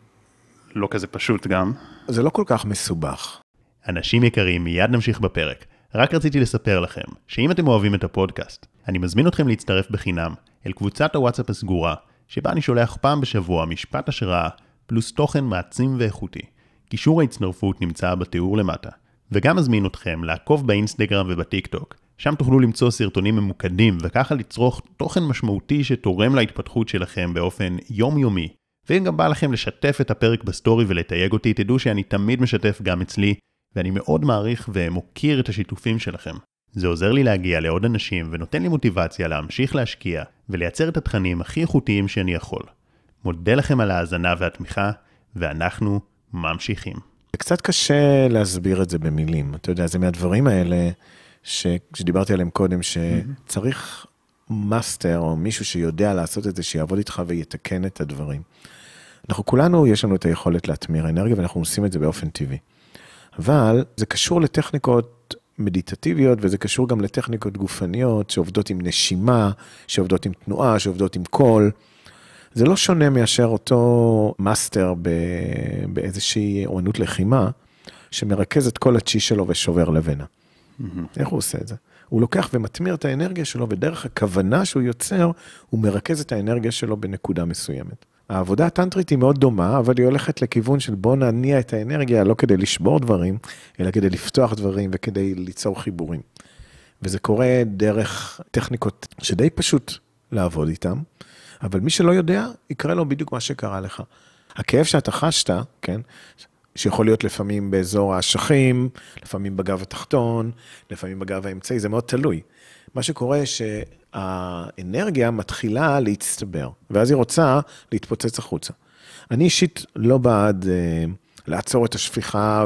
לא כזה פשוט גם. זה לא כל כך מסובך. אנשים יקרים, מיד נמשיך בפרק. רק רציתי לספר לכם שאם אתם אוהבים את הפודקאסט, אני מזמין אתכם להצטרף בחינם אל קבוצת הוואטסאפ הסגורה, שבה אני שולח פעם בשבוע משפט השראה, פלוס תוכן מעצים ואיכותי. קישור ההצטרפות נמצא בתיאור למטה. וגם מזמין אתכם לעקוב באינסטגרם ובטיק טוק. שם תוכלו למצוא סרטונים ממוקדים וככה לצרוך תוכן משמעותי שתורם להתפתחות שלכם באופן יומיומי. ואם גם בא לכם לשתף את הפרק בסטורי ולתייג אותי, תדעו שאני תמיד משתף גם אצלי, ואני מאוד מעריך ומוקיר את השיתופים שלכם. זה עוזר לי להגיע לעוד אנשים ונותן לי מוטיבציה להמשיך להשקיע ולייצר את התכנים הכי איכותיים שאני יכול. מודה לכם על ההאזנה והתמיכה, ואנחנו ממשיכים. זה קצת קשה להסביר את זה במילים. אתה יודע, זה מהדברים האלה שדיברתי עליהם קודם, שצריך מאסטר או מישהו שיודע לעשות את זה, שיעבוד איתך ויתקן את הדברים. אנחנו כולנו, יש לנו את היכולת להתמיר אנרגיה, ואנחנו עושים את זה באופן טבעי. אבל זה קשור לטכניקות מדיטטיביות, וזה קשור גם לטכניקות גופניות, שעובדות עם נשימה, שעובדות עם תנועה, שעובדות עם קול. זה לא שונה מאשר אותו מאסטר באיזושהי אומנות לחימה, שמרכז את כל הצ'י שלו ושובר לבנה. איך הוא עושה את זה? הוא לוקח ומתמיר את האנרגיה שלו, ודרך הכוונה שהוא יוצר, הוא מרכז את האנרגיה שלו בנקודה מסוימת. העבודה הטנטרית היא מאוד דומה, אבל היא הולכת לכיוון של בוא נניע את האנרגיה, לא כדי לשבור דברים, אלא כדי לפתוח דברים וכדי ליצור חיבורים. וזה קורה דרך טכניקות שדי פשוט לעבוד איתם, אבל מי שלא יודע, יקרה לו בדיוק מה שקרה לך. הכאב שאתה חשת, כן, שיכול להיות לפעמים באזור האשכים, לפעמים בגב התחתון, לפעמים בגב האמצעי, זה מאוד תלוי. מה שקורה שהאנרגיה מתחילה להצטבר, ואז היא רוצה להתפוצץ החוצה. אני אישית לא בעד לעצור את השפיכה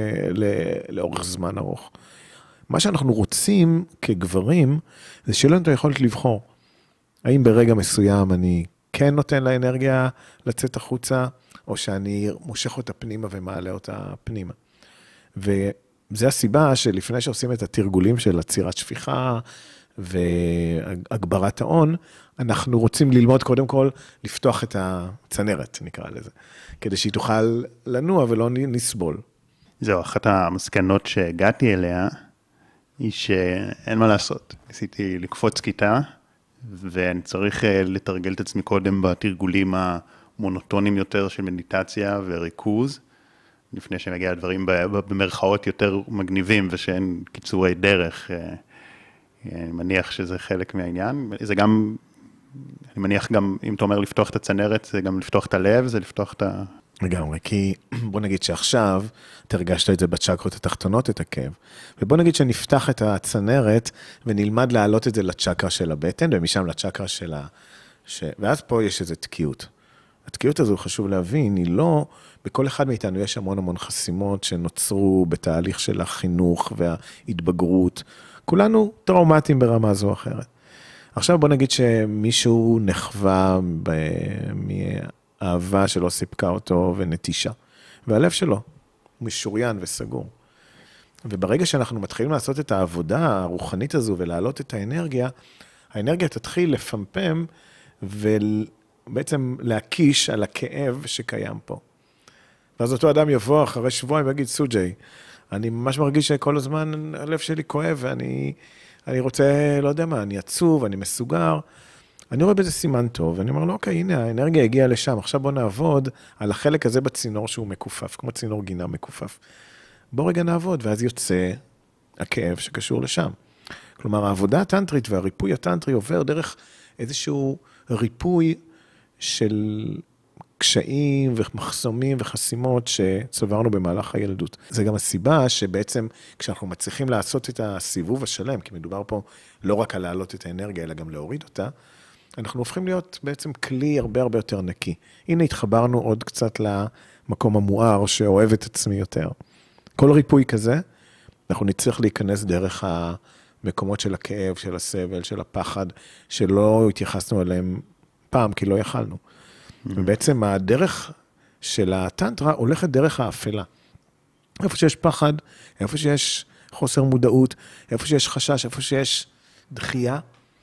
ולאורך זמן ארוך. מה שאנחנו רוצים כגברים, זה שיהיה לנו את היכולת לבחור. האם ברגע מסוים אני כן נותן לאנרגיה לצאת החוצה, או שאני מושך אותה פנימה ומעלה אותה פנימה. זה הסיבה שלפני שעושים את התרגולים של עצירת שפיכה והגברת ההון, אנחנו רוצים ללמוד קודם כל לפתוח את הצנרת, נקרא לזה, כדי שהיא תוכל לנוע ולא נסבול. זהו, אחת המסקנות שהגעתי אליה, היא שאין מה לעשות. ניסיתי לקפוץ כיתה, ואני צריך לתרגל את עצמי קודם בתרגולים המונוטונים יותר של מדיטציה וריכוז, לפני שמגיע לדברים במרכאות יותר מגניבים, ושאין קיצורי דרך. אני מניח שזה חלק מהעניין. זה גם, אני מניח גם, אם אתה אומר לפתוח את הצנרת, זה גם לפתוח את הלב, זה לפתוח את ה... לגמרי, כי בוא נגיד שעכשיו, אתה הרגשת את זה בצ'קרות התחתונות, את הכאב, ובוא נגיד שנפתח את הצנרת, ונלמד להעלות את זה לצ'קרה של הבטן, ומשם לצ'קרה של ואז פה יש איזו תקיעות. התקיעות הזו, חשוב להבין, היא לא, בכל אחד מאיתנו יש המון המון חסימות שנוצרו בתהליך של החינוך וההתבגרות. כולנו טראומטיים ברמה זו או אחרת. עכשיו בוא נגיד שמישהו נחווה מאהבה שלא סיפקה אותו ונטישה, והלב שלו משוריין וסגור. וברגע שאנחנו מתחילים לעשות את העבודה הרוחנית הזו ולהעלות את האנרגיה, האנרגיה תתחיל לפמפם ובעצם להקיש על הכאב שקיים פה. ואז אותו אדם יבוא אחרי שבועיים ויגיד, סוג'י, אני ממש מרגיש שכל הזמן הלב שלי כואב, ואני רוצה, לא יודע מה, אני עצוב, אני מסוגר. אני רואה בזה סימן טוב, ואני אומר לו, אוקיי, הנה, האנרגיה הגיעה לשם, עכשיו בוא נעבוד על החלק הזה בצינור שהוא מקופף, כמו צינור גינה מקופף. בוא רגע נעבוד, ואז יוצא הכאב שקשור לשם. כלומר, העבודה הטנטרית והריפוי הטנטרי עובר דרך איזשהו ריפוי של קשיים ומחסומים וחסימות שצברנו במהלך הילדות. זה גם הסיבה שבעצם כשאנחנו מצליחים לעשות את הסיבוב השלם, כי מדובר פה לא רק על להעלות את האנרגיה, אלא גם להוריד אותה, אנחנו הופכים להיות בעצם כלי הרבה הרבה יותר נקי. הנה התחברנו עוד קצת למקום המואר שאוהב את עצמי יותר. כל ריפוי כזה, אנחנו נצטרך להיכנס דרך המקומות של הכאב, של הסבל, של הפחד, שלא התייחסנו אליהם פעם, כי לא יכלנו. ובעצם הדרך של הטנטרה הולכת דרך האפלה. איפה שיש פחד, איפה שיש חוסר מודעות, איפה שיש חשש, איפה שיש דחייה,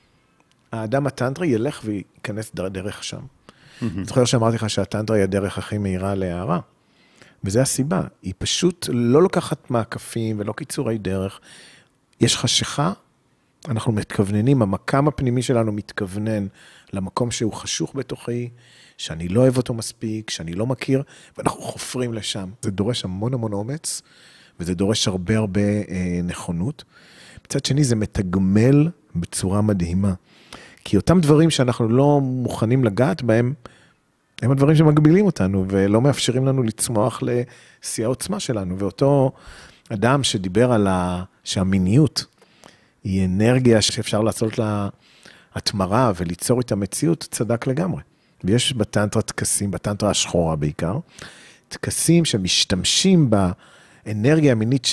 האדם הטנטרה ילך וייכנס דרך שם. זוכר שאמרתי לך שהטנטרה היא הדרך הכי מהירה להערה. וזה הסיבה. היא פשוט לא לוקחת מעקפים ולא קיצורי דרך. יש חשיכה, אנחנו מתכווננים, המקם הפנימי שלנו מתכוונן למקום שהוא חשוך בתוכי, שאני לא אוהב אותו מספיק, שאני לא מכיר, ואנחנו חופרים לשם. זה דורש המון המון אומץ, וזה דורש הרבה הרבה נכונות. מצד שני, זה מתגמל בצורה מדהימה. כי אותם דברים שאנחנו לא מוכנים לגעת בהם, הם הדברים שמגבילים אותנו, ולא מאפשרים לנו לצמוח לשיא העוצמה שלנו. ואותו אדם שדיבר על שהמיניות היא אנרגיה שאפשר לעשות לה התמרה וליצור את המציאות, צדק לגמרי. ויש בטנטרה תקסים, בטנטרה השחורה בעיקר, תקסים שמשתמשים באנרגיה המינית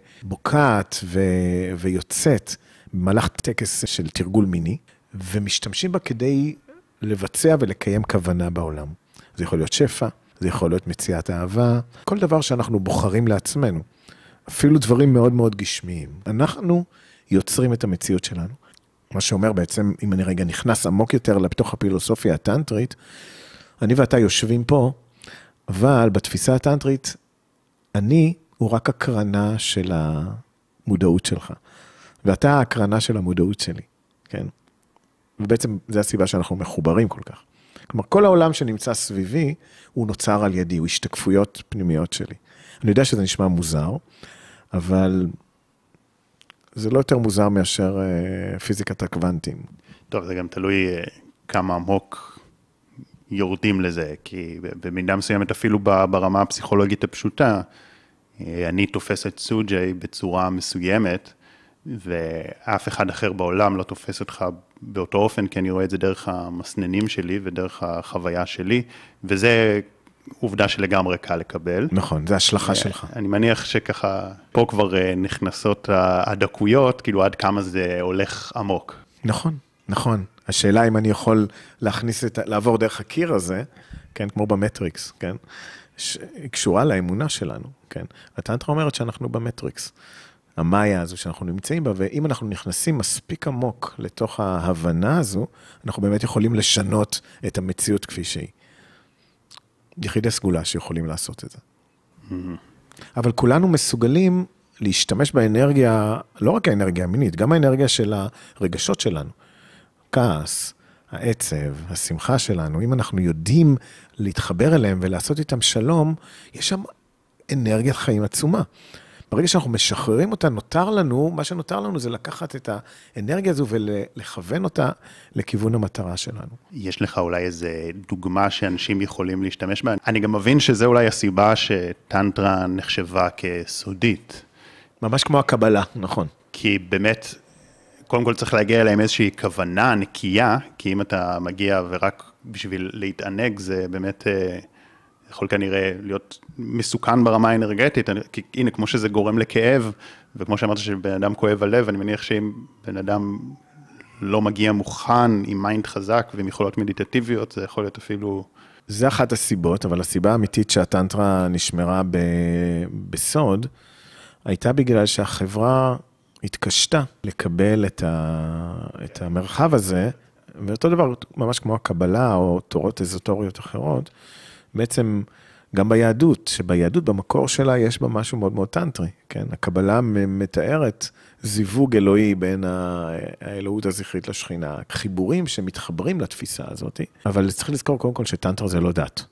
שבוקעת ויוצאת במהלך טקס של תרגול מיני, ומשתמשים בה כדי לבצע ולקיים כוונה בעולם. זה יכול להיות שפע, זה יכול להיות מציאת אהבה, כל דבר שאנחנו בוחרים לעצמנו, אפילו דברים מאוד מאוד גשמיים. אנחנו יוצרים את המציאות שלנו. מה שאומר בעצם, אם אני רגע נכנס עמוק יותר לתוך הפילוסופיה הטנטרית, אני ואתה יושבים פה, אבל בתפיסה הטנטרית, אני הוא רק הקרנה של המודעות שלך. ואתה ההקרנה של המודעות שלי, כן? ובעצם זה הסיבה שאנחנו מחוברים כל כך. כלומר, כל העולם שנמצא סביבי, הוא נוצר על ידי, הוא השתקפויות פנימיות שלי. אני יודע שזה נשמע מוזר, אבל זה לא יותר מוזר מאשר פיזיקת הקוונטים. טוב, זה גם תלוי כמה עמוק יורדים לזה, כי במידה מסוימת אפילו ברמה הפסיכולוגית הפשוטה, אני תופס את סוג'י בצורה מסוימת, ואף אחד אחר בעולם לא תופס אותך באותו אופן, כי אני רואה את זה דרך המסננים שלי ודרך החוויה שלי, וזה עובדה שלגמרי קל לקבל. נכון, זה השלכה שלך. אני מניח שככה, פה כבר נכנסות הדקויות, כאילו עד כמה זה הולך עמוק. נכון, נכון. השאלה אם אני יכול לעבור דרך הקיר הזה, כן, כמו במטריקס, כן, קשורה לאמונה שלנו, כן? הטנטרה אומרת שאנחנו במטריקס. המאיה הזו שאנחנו נמצאים בה, ואם אנחנו נכנסים מספיק עמוק לתוך ההבנה הזו, אנחנו באמת יכולים לשנות את המציאות כפי שהיא. יחידי סגולה שיכולים לעשות את זה. אבל כולנו מסוגלים להשתמש באנרגיה, לא רק האנרגיה המינית, גם האנרגיה של הרגשות שלנו. כעס, העצב, השמחה שלנו, אם אנחנו יודעים להתחבר אליהם ולעשות איתם שלום, יש שם אנרגיית חיים עצומה. ברגע שאנחנו משחררים אותה, מה שנותר לנו זה לקחת את האנרגיה הזו ולכוון אותה לכיוון המטרה שלנו. יש לך אולי איזה דוגמה שאנשים יכולים להשתמש בה? אני גם מבין שזה אולי הסיבה שטנטרה נחשבה כסודית. ממש כמו הקבלה, נכון. כי באמת, קודם כל צריך להגיע אליהם איזושהי כוונה נקייה, כי אם אתה מגיע ורק בשביל להתענג, זה באמת יכול כנראה להיות מסוכן ברמה האנרגטית, כי הנה, כמו שזה גורם לכאב, וכמו שאמרת שבן אדם כואב הלב, אני מניח שאם בן אדם לא מגיע מוכן עם מיינד חזק ועם יכולות מדיטטיביות, זה יכול להיות אפילו... זה אחת הסיבות, אבל הסיבה האמיתית שהטנטרה נשמרה בסוד, הייתה בגלל שהחברה התקשתה לקבל את המרחב הזה, ואותו דבר ממש כמו הקבלה או תורות אזוטוריות אחרות, בעצם גם ביהדות, שביהדות במקור שלה יש בה משהו מאוד מאוד טנטרי, כן? הקבלה מתארת זיווג אלוהי בין האלוהות הזכרית לשכינה, חיבורים שמתחברים לתפיסה הזאת, אבל צריך לזכור קודם כל שטנטרה זה לא דת.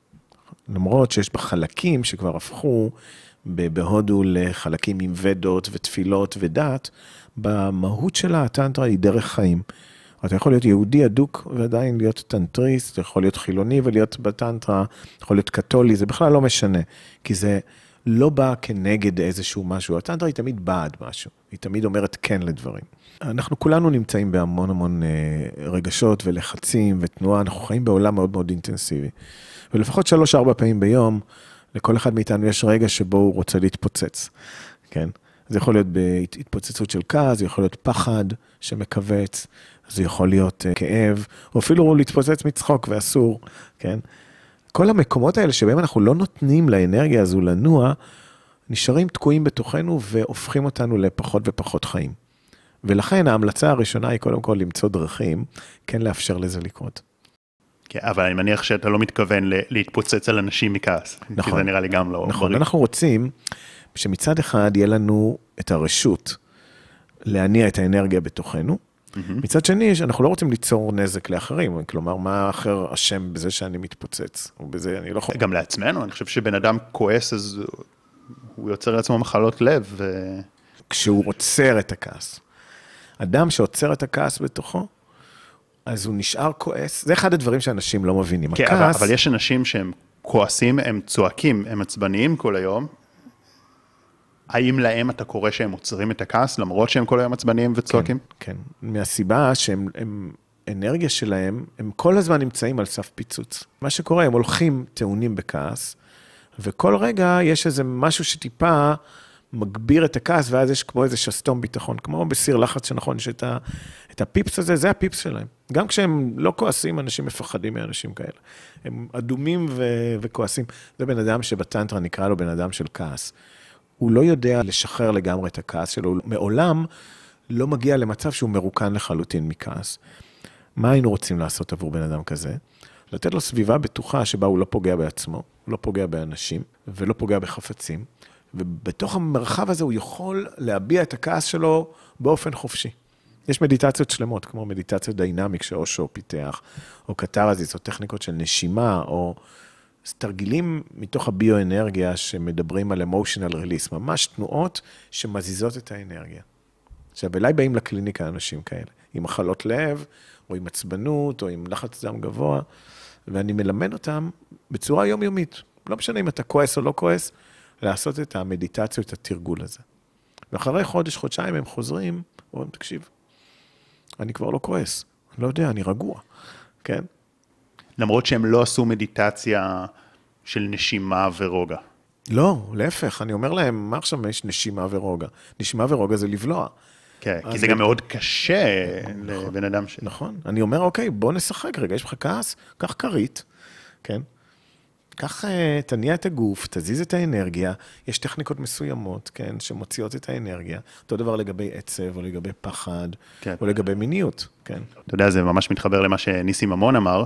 למרות שיש בה חלקים שכבר הפכו בהודו לחלקים עם ודות ותפילות ודת, במהות שלה הטנטרה היא דרך חיים. אתה יכול להיות יהודי אדוק ועדיין להיות טנטריסט, אתה יכול להיות חילוני ולהיות בטנטרה, יכול להיות קתולי, זה בכלל לא משנה, כי זה לא בא כנגד איזשהו משהו. הטנטרה היא תמיד בעד משהו, היא תמיד אומרת כן לדברים. אנחנו כולנו נמצאים בהמון המון רגשות ולחצים ותנועה, אנחנו חיים בעולם מאוד מאוד אינטנסיבי. ולפחות 3-4 פעמים ביום, לכל אחד מאיתנו יש רגע שבו הוא רוצה להתפוצץ, כן? זה יכול להיות בהתפוצצות של כעס, זה יכול להיות פחד שמכווץ, זה יכול להיות כאב, או אפילו להתפוצץ מצחוק ואסור, כן? כל המקומות האלה שבהם אנחנו לא נותנים לאנרגיה הזו לנוע, נשארים תקועים בתוכנו והופכים אותנו לפחות ופחות חיים. ולכן ההמלצה הראשונה היא קודם כל למצוא דרכים, כן לאפשר לזה לקרות. כן, אבל אני מניח שאתה לא מתכוון להתפוצץ על אנשים מכעס. נכון. כי זה נראה לי גם לא... נכון, אנחנו רוצים שמצד אחד יהיה לנו את הרשות להניע את האנרגיה בתוכנו, מצד שני, אנחנו לא רוצים ליצור נזק לאחרים, כלומר, מה אחר אשם בזה שאני מתפוצץ, או בזה אני לא יכול... גם לעצמנו, אני חושב שבן אדם כועס, אז הוא יוצר לעצמו מחלות לב. כשהוא עוצר את הכעס. אדם שעוצר את הכעס בתוכו, אז הוא נשאר כועס, זה אחד הדברים שאנשים לא מבינים. כן, הכעס... אבל יש אנשים שהם כועסים, הם צועקים, הם עצבניים כל היום, האם להם אתה קורא שהם עוצרים את הכעס, למרות שהם כל היום עצבניים וצועקים? כן, כן. מהסיבה שהם, אנרגיה שלהם, הם כל הזמן נמצאים על סף פיצוץ. מה שקורה, הם הולכים טעונים בכעס, וכל רגע יש איזה משהו שטיפה מגביר את הכעס, ואז יש כמו איזה שסתום ביטחון, כמו בסיר לחץ שנכון, את הפיפס הזה, זה הפיפס שלהם. גם כשהם לא כועסים, אנשים מפחדים מאנשים כאלה. הם אדומים וכועסים. זה בן אדם שבטנטרה נקרא לו בן אדם של כעס. הוא לא יודע לשחרר לגמרי את הכעס שלו, הוא מעולם לא מגיע למצב שהוא מרוקן לחלוטין מכעס. מה היינו רוצים לעשות עבור בן אדם כזה? לתת לו סביבה בטוחה שבה הוא לא פוגע בעצמו, הוא לא פוגע באנשים, ולא פוגע בחפצים, ובתוך המרחב הזה הוא יכול להביע את הכעס שלו באופן חופשי. יש מדיטציות שלמות, כמו מדיטציות דיינמיק שאושו פיתח, או קטרזיס, או טכניקות של נשימה, או תרגילים מתוך הביואנרגיה שמדברים על emotional release, ממש תנועות שמזיזות את האנרגיה. עכשיו, אליי באים לקליניקה אנשים כאלה, עם מחלות לב, או עם עצבנות, או עם לחץ דם גבוה, ואני מלמד אותם בצורה יומיומית. לא משנה אם אתה כועס או לא כועס, לעשות את המדיטציות, את התרגול הזה. ואחרי חודש, חודשיים הם חוזרים, אומרים, תקשיב, אני כבר לא כועס, אני לא יודע, אני רגוע, כן? למרות שהם לא עשו מדיטציה של נשימה ורוגע. לא, להפך, אני אומר להם, מה עכשיו יש נשימה ורוגע? נשימה ורוגע זה לבלוע. כן, כי זה גם מאוד קשה לבן אדם ש... נכון, אני אומר, אוקיי, בוא נשחק רגע, יש לך כעס, קח כרית, כן? קח, תניע את הגוף, תזיז את האנרגיה, יש טכניקות מסוימות, כן, שמוציאות את האנרגיה, אותו דבר לגבי עצב, או לגבי פחד, כן. או לגבי מיניות, כן. אתה יודע, זה ממש מתחבר למה שניסים ממון אמר,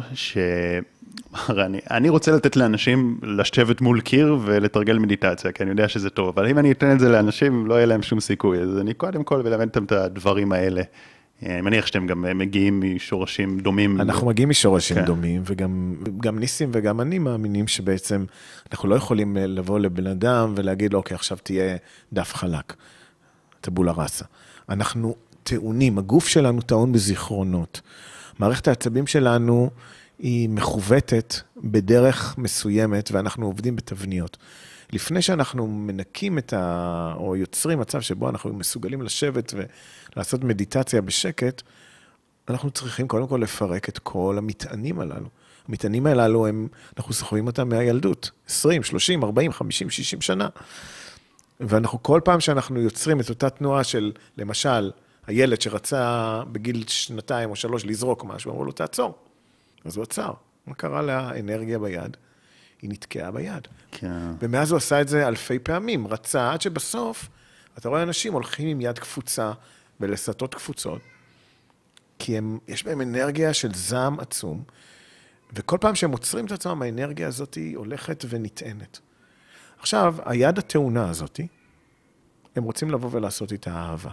אני רוצה לתת לאנשים לשבת מול קיר ולתרגל מדיטציה, כי אני יודע שזה טוב, אבל אם אני אתן את זה לאנשים, לא יהיה להם שום סיכוי, אז אני קודם כל ולמד אותם את הדברים האלה. אני מניח שאתם גם מגיעים משורשים דומים. אנחנו מגיעים משורשים דומים, וגם ניסים וגם אני מאמינים שבעצם אנחנו לא יכולים לבוא לבן אדם ולהגיד לו, אוקיי, עכשיו תהיה דף חלק, טבולה ראסה. אנחנו טעונים, הגוף שלנו טעון בזיכרונות. מערכת העצבים שלנו היא מכוותת בדרך מסוימת, ואנחנו עובדים בתבניות. לפני שאנחנו מנקים או יוצרים מצב שבו אנחנו מסוגלים לשבת ולעשות מדיטציה בשקט, אנחנו צריכים קודם כל לפרק את כל המטענים הללו. המטענים הללו, אנחנו סוחבים אותם מהילדות, 20, 30, 40, 50, 60 שנה. ואנחנו כל פעם שאנחנו יוצרים את אותה תנועה של, למשל, הילד שרצה בגיל 2 או 3 לזרוק משהו, אמרו לו, תעצור. אז הוא עצר. מה קרה לאנרגיה ביד? היא נתקעה ביד. כן. ומאז הוא עשה את זה אלפי פעמים. רצה עד שבסוף, אתה רואה אנשים הולכים עם יד קפוצה ולסתות קפוצות, כי יש בהם אנרגיה של זעם עצום, וכל פעם שהם עוצרים את עצמם, האנרגיה הזאת היא הולכת ונטענת. עכשיו, היד התאונה הזאת, הם רוצים לבוא ולעשות איתה אהבה.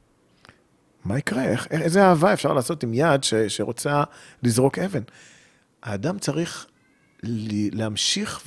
מה יקרה? איזה אהבה אפשר לעשות עם יד שרוצה לזרוק אבן? האדם צריך להמשיך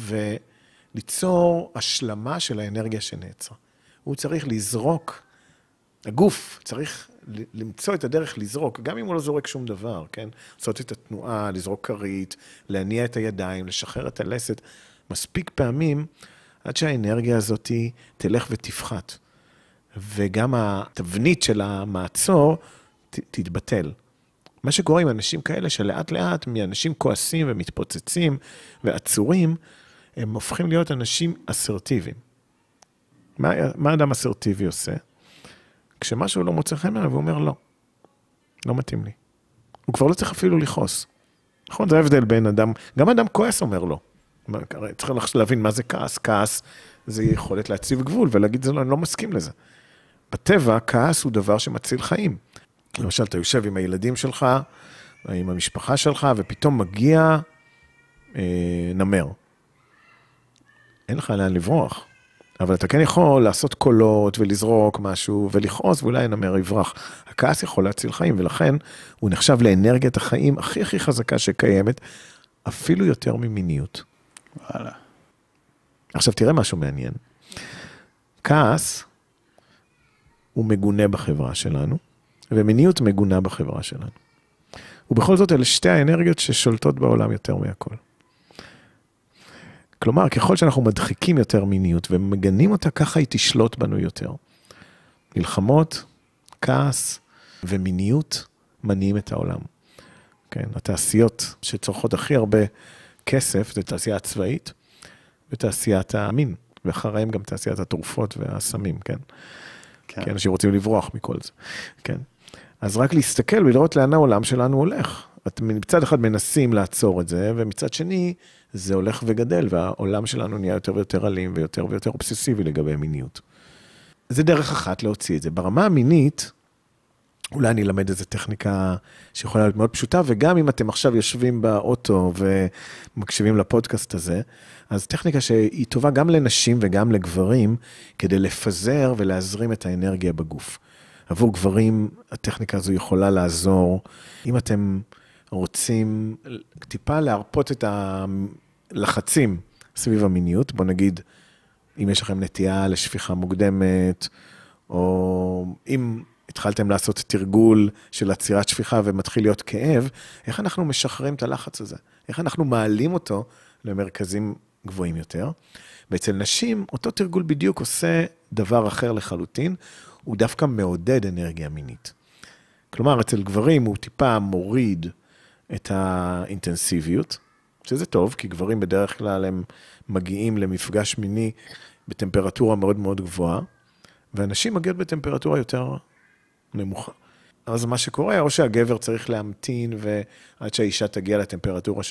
וליצור השלמה של האנרגיה שנעצרה. הוא צריך לזרוק, הגוף צריך למצוא את הדרך לזרוק, גם אם הוא לא זורק שום דבר, כן? לעשות את התנועה, לזרוק כרית, להניע את הידיים, לשחרר את הלסת, מספיק פעמים עד שהאנרגיה הזאת תלך ותפחת. וגם התבנית של המעצור תתבטל. מה שקורה עם אנשים כאלה שלאט לאט מאנשים כועסים ומתפוצצים ועצורים, הם הופכים להיות אנשים אסרטיביים. מה אדם אסרטיבי עושה? כשמשהו לא מוצא חן ממנו, הוא אומר לא, לא מתאים לי. הוא כבר לא צריך אפילו לכעוס. נכון, זה ההבדל בין אדם, גם אדם כועס אומר לא. צריך להבין מה זה כעס. כעס זה יכולת להציב גבול ולהגיד, אני לא מסכים לזה. בטבע, כעס הוא דבר שמציל חיים. למשל, אתה יושב עם הילדים שלך, עם המשפחה שלך, ופתאום מגיע נמר. אין לך לאן לברוח. אבל אתה כן יכול לעשות קולות ולזרוק משהו ולכעוס, ואולי נמר יברח. הכעס יכול להציל חיים, ולכן הוא נחשב לאנרגיית החיים הכי הכי חזקה שקיימת, אפילו יותר ממיניות. וואלה. עכשיו תראה משהו מעניין. כעס הוא מגונה בחברה שלנו, ומיניות מגונה בחברה שלנו. ובכל זאת אלה שתי האנרגיות ששולטות בעולם יותר מהכל. כלומר, ככל שאנחנו מדחיקים יותר מיניות ומגנים אותה, ככה היא תשלוט בנו יותר. מלחמות, כעס ומיניות מניעים את העולם. כן, התעשיות שצורכות הכי הרבה כסף, זה תעשייה הצבאית ותעשיית המין, ואחריהם גם תעשיית התרופות והסמים, כן? כן. כי אנשים רוצים לברוח מכל זה, כן? אז רק להסתכל ולראות לאן העולם שלנו הולך. מצד אחד מנסים לעצור את זה, ומצד שני זה הולך וגדל, והעולם שלנו נהיה יותר ויותר אלים, ויותר ויותר אובססיבי לגבי מיניות. זה דרך אחת להוציא את זה. ברמה המינית, אולי אני אלמד איזו טכניקה שיכולה להיות מאוד פשוטה, וגם אם אתם עכשיו יושבים באוטו ומקשיבים לפודקאסט הזה, אז טכניקה שהיא טובה גם לנשים וגם לגברים, כדי לפזר ולהזרים את האנרגיה בגוף. עבור גברים, הטכניקה הזו יכולה לעזור, אם אתם רוצים טיפה להרפות את הלחצים סביב המיניות, בוא נגיד, אם יש לכם נטייה לשפיכה מוקדמת, או אם התחלתם לעשות תרגול של עצירת שפיכה ומתחיל להיות כאב, איך אנחנו משחררים את הלחץ הזה? איך אנחנו מעלים אותו למרכזים גבוהים יותר? ואצל נשים, אותו תרגול בדיוק עושה דבר אחר לחלוטין, הוא דווקא מעודד אנרגיה מינית. כלומר, אצל גברים הוא טיפה מוריד את האינטנסיביות, שזה טוב, כי גברים בדרך כלל הם מגיעים למפגש מיני בטמפרטורה מאוד מאוד גבוהה, ואנשים מגיעות בטמפרטורה יותר נמוכה. אז מה שקורה, או שהגבר צריך להמתין ועד שהאישה תגיע לטמפרטורה שלו,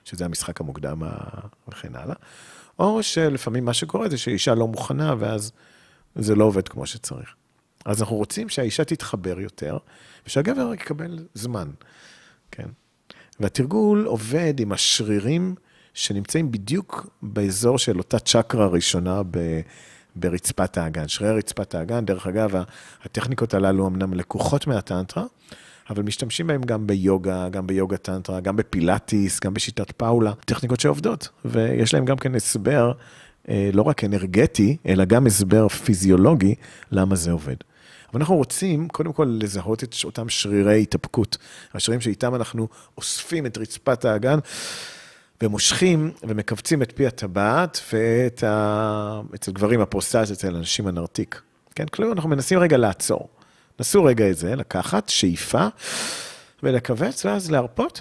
שזה המשחק המוקדם וכן הלאה, או שלפעמים מה שקורה זה שאישה לא מוכנה, ואז זה לא עובד כמו שצריך. אז אנחנו רוצים שהאישה תתחבר יותר, ושהגבר יקבל זמן, כן? והתרגול עובד עם השרירים שנמצאים בדיוק באזור של אותה צ'קרה הראשונה ברצפת האגן. שרירי רצפת האגן, דרך אגב, הטכניקות הללו אמנם לקוחות מהטנטרה, אבל משתמשים בהם גם ביוגה, גם ביוגה טנטרה, גם בפילאטיס, גם בשיטת פאולה, טכניקות שעובדות, ויש להם גם כן הסבר, לא רק אנרגטי, אלא גם הסבר פיזיולוגי, למה זה עובד. אבל אנחנו רוצים, קודם כל, לזהות את אותם שרירי התאפקות, השרירים שאיתם אנחנו אוספים את רצפת האגן, ומושכים ומקבצים את פי הטבעת, אצל גברים הפרוסטאז' אצל אנשים הנרתיק. כן, כלומר, אנחנו מנסים רגע לעצור. נסו רגע את זה, לקחת שאיפה, ולקבץ, ואז להרפות.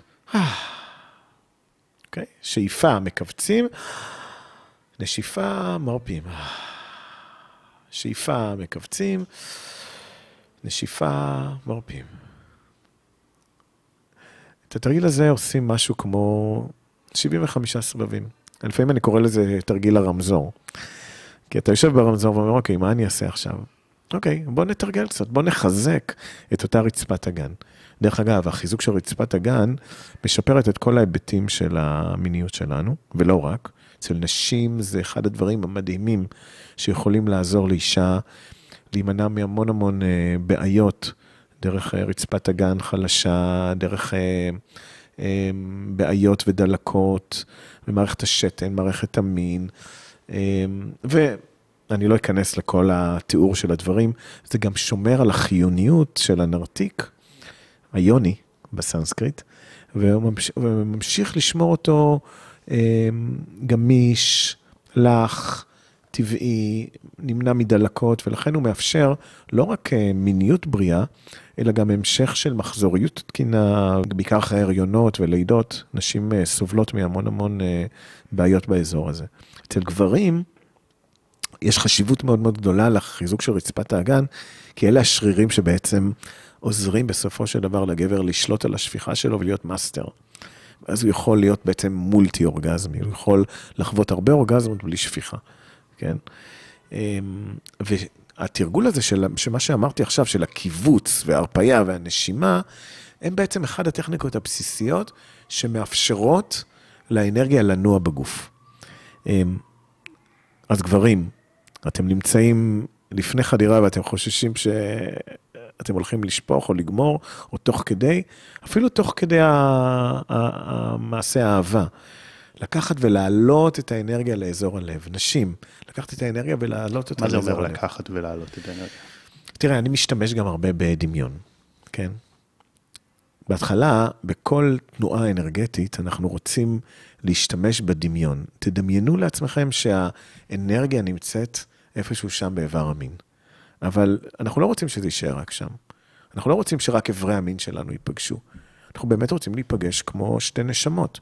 אוקיי? שאיפה, מקבצים, נשיפה, מרפים. שאיפה, מקבצים, נשיפה, מרפים. את התרגיל הזה עושים משהו כמו 75 סבבים. לפעמים אני קורא לזה תרגיל הרמזור. כי אתה יושב ברמזור ואומר, אוקיי, מה אני אעשה עכשיו? אוקיי, בוא נתרגל קצת, בוא נחזק את אותה רצפת הגן. דרך אגב, החיזוק של רצפת הגן משפרת את כל ההיבטים של המיניות שלנו, ולא רק. אצל נשים זה אחד הדברים המדהימים שיכולים לעזור לאישה להימנע מהמון המון בעיות, דרך רצפת הגן חלשה, דרך בעיות ודלקות, במערכת השתן, מערכת המין, ואני לא אכנס לכל התיאור של הדברים, זה גם שומר על החיוניות של הנרתיק, היוני בסנסקריט, וממשיך לשמור אותו גמיש, לח, טבעי, נמנע מדלקות, ולכן הוא מאפשר לא רק מיניות בריאה, אלא גם המשך של מחזוריות תקינה, בעיקר אחרי הריונות ולידות, נשים סובלות מהמון המון בעיות באזור הזה. אצל גברים, יש חשיבות מאוד מאוד גדולה לחיזוק של רצפת האגן, כי אלה השרירים שבעצם עוזרים בסופו של דבר לגבר לשלוט על השפיכה שלו ולהיות מאסטר. אז הוא יכול להיות בעצם מולטי אורגזמי, הוא יכול לחוות הרבה אורגזמות בלי שפיכה, כן? והתרגול הזה של מה שאמרתי עכשיו, של הקיבוץ וההרפיה והנשימה, הם בעצם אחד הטכניקות הבסיסיות שמאפשרות לאנרגיה לנוע בגוף. אז גברים, אתם נמצאים לפני חדירה ואתם חוששים שאתם הולכים לשפוך או לגמור, או תוך כדי, אפילו תוך כדי המעשה האהבה. לקחת ולהעלות את האנרגיה לאזור הלב. נשים, לקחת את האנרגיה ולהעלות אותה לאזור הלב. מה זה אומר לקחת ולהעלות את האנרגיה? תראה, אני משתמש גם הרבה בדמיון, כן? בהתחלה, בכל תנועה אנרגטית, אנחנו רוצים להשתמש בדמיון. תדמיינו לעצמכם שהאנרגיה נמצאת איפשהו שם באיבר המין. אבל אנחנו לא רוצים שזה יישאר רק שם. אנחנו לא רוצים שרק איברי המין שלנו ייפגשו. אנחנו באמת רוצים להיפגש כמו שתי נשמות.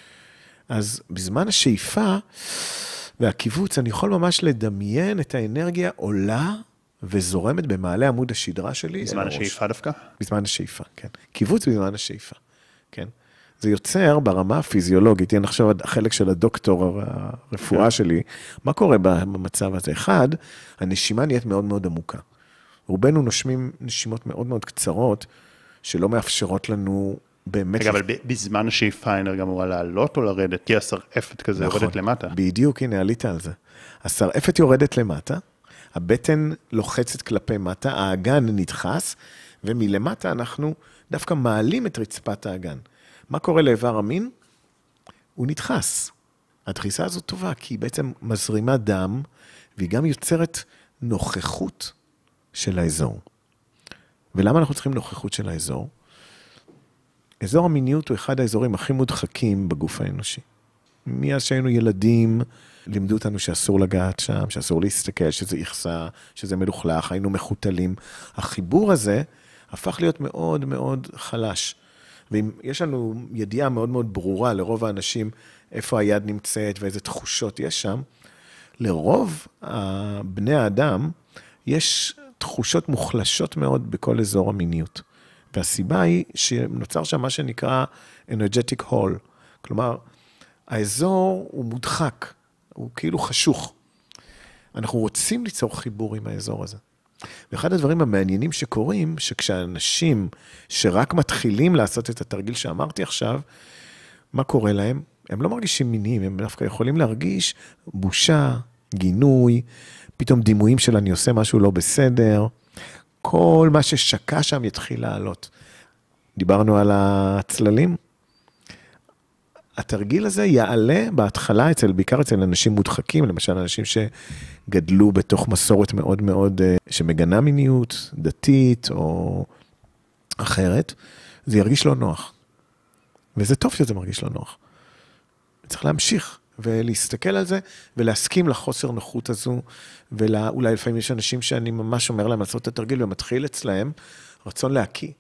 אז בזמן השאיפה והקיבוץ, אני יכול ממש לדמיין את האנרגיה עולה וזורמת במעלה עמוד השדרה שלי. בזמן השאיפה דווקא? בזמן השאיפה, כן. קיבוץ בזמן השאיפה, כן. זה יוצר ברמה הפיזיולוגית, אני חושב החלק של הדוקטור הרפואה שלי, מה קורה במצב הזה? אחד, הנשימה נהיית מאוד מאוד עמוקה. רובנו נושמים נשימות מאוד מאוד קצרות, שלא מאפשרות לנו באמת... רגע, אבל בזמן השאיפה האנרגיה אמורה לעלות או לרדת? כי השרעפת כזה יורדת למטה. בדיוק, הנה, עלית על זה. השרעפת יורדת למטה, הבטן לוחצת כלפי מטה, האגן נדחס, ומלמטה אנחנו דווקא מעלים את רצפת האגן. מה קורה לאיבר המין? הוא נדחס. הדחיסה הזו טובה, כי היא בעצם מזרימה דם, והיא גם יוצרת נוכחות של האזור. ולמה אנחנו צריכים נוכחות של האזור? אזור המיניות הוא אחד האזורים הכי מודחקים בגוף האנושי. מאז שהיינו ילדים, לימדו אותנו שאסור לגעת שם, שאסור להסתכל, שזה יחסה, שזה מלוכלך, היינו מחותלים. החיבור הזה הפך להיות מאוד מאוד חלש. ויש לנו ידיעה מאוד מאוד ברורה לרוב האנשים איפה היד נמצאת ואיזה תחושות יש שם. לרוב בני האדם יש תחושות מוחלשות מאוד בכל אזור המיניות. והסיבה היא שנוצר שם מה שנקרא energetic hole. כלומר, האזור הוא מודחק, הוא כאילו חשוך. אנחנו רוצים ליצור חיבור עם האזור הזה. ואחד הדברים המעניינים שקורים, שכשאנשים שרק מתחילים לעשות את התרגיל שאמרתי עכשיו, מה קורה להם? הם לא מרגישים מיניים, הם דווקא יכולים להרגיש בושה, גינוי, פתאום דימויים של אני עושה משהו לא בסדר, כל מה ששקע שם יתחיל לעלות. דיברנו על הצללים. התרגיל הזה יעלה בהתחלה בעיקר אצל אנשים מודחקים, למשל אנשים שגדלו בתוך מסורת מאוד מאוד, שמגנה מיניות, דתית או אחרת, זה ירגיש לא נוח. וזה טוב שזה מרגיש לא נוח. צריך להמשיך ולהסתכל על זה, ולהסכים לחוסר נוחות הזו, ואולי לפעמים יש אנשים שאני ממש אומר להם לעשות את התרגיל, ומתחיל אצלהם רצון להקיא.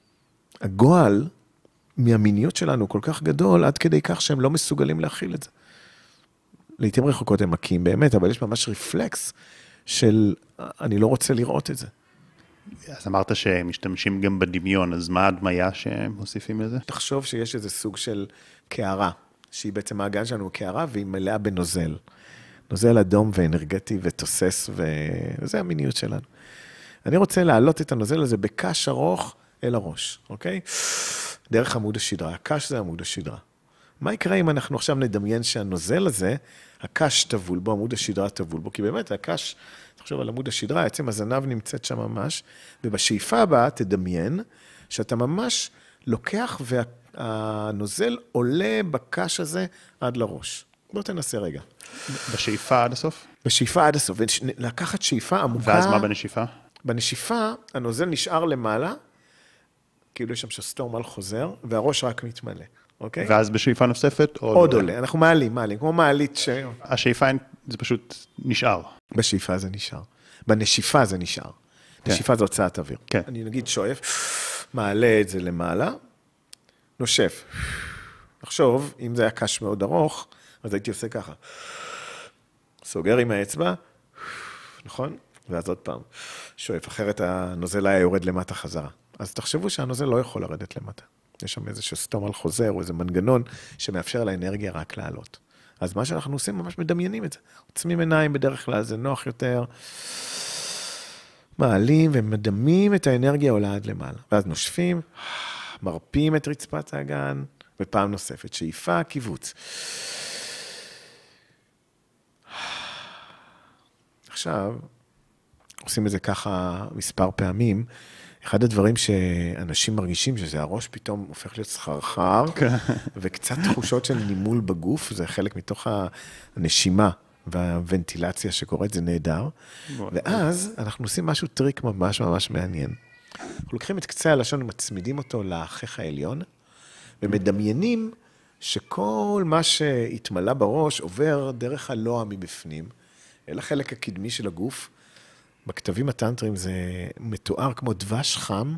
הגועל מהמיניות שלנו כל כך גדול, עד כדי כך שהם לא מסוגלים להכיל את זה. לעתים רחוקות הם מקים באמת, אבל יש ממש רפלקס של אני לא רוצה לראות את זה. אז אמרת שמשתמשים גם בדמיון, אז מה הדמיה שמוסיפים לזה? תחשוב שיש איזה סוג של קערה, שהיא בעצם האגן שלנו קערה, והיא מלאה בנוזל. נוזל אדום ואנרגטי ותוסס, וזה המיניות שלנו. אני רוצה להעלות את הנוזל הזה בקש ארוך אל הראש, אוקיי? דרך עמוד השדרה. הקש זה עמוד השדרה. מה יקרה אם אנחנו עכשיו נדמיין שהנוזל הזה, הקש טבול בו, עמוד השדרה טבול בו, כי באמת הקש, תחשוב על עמוד השדרה, עצם הזנב נמצאת שם ממש, ובשאיפה הבאה תדמיין שאתה ממש לוקח והנוזל עולה בקש הזה עד לראש. בוא תנסה רגע. בשאיפה עד הסוף? בשאיפה עד הסוף, לקחת שאיפה עמוקה. ואז מה בנשיפה? בנשיפה, הנוזל נשאר למעלה, כאילו יש שם שסתום על חוזר, והראש רק מתמלא, אוקיי? ואז בשאיפה נוספת? עוד עולה, אנחנו מעלים, כמו מעלית השאיפה זה פשוט נשאר. בשאיפה זה נשאר. בנשיפה זה נשאר. נשיפה זה הוצאת אוויר. כן. אני נגיד שואף, מעלה את זה למעלה, נושף. עכשיו, אם זה היה קש מאוד ארוך, אז הייתי עושה ככה. סוגר עם האצבע, נכון? ואז עוד פעם, שואף, אחרת הנוזל היה יורד למטה חזרה. אז תחשבו שהנוזל לא יכול לרדת למטה. יש שם איזשהו סתום על חוזר, או איזה מנגנון שמאפשר לאנרגיה רק לעלות. אז מה שאנחנו עושים, ממש מדמיינים את זה. עוצמים עיניים בדרך כלל, זה נוח יותר. מעלים ומדמים את האנרגיה עולה עד למעלה. ואז נושפים, מרפים את רצפת האגן, ופעם נוספת, שאיפה, קיבוץ. עכשיו, עושים את זה ככה מספר פעמים, אחד הדברים שאנשים מרגישים שזה הראש פתאום הופך להיות סחרחר, וקצת תחושות של נימול בגוף, זה חלק מתוך הנשימה והוונטילציה שקורית, זה נהדר. ואז אנחנו עושים משהו טריק ממש ממש מעניין. אנחנו לוקחים את קצה הלשון ומצמידים אותו לחך העליון, ומדמיינים שכל מה שהתמלא בראש עובר דרך הלוע מבפנים, אל החלק הקדמי של הגוף. בכתבים הטנטריים זה מתואר כמו דבש חם,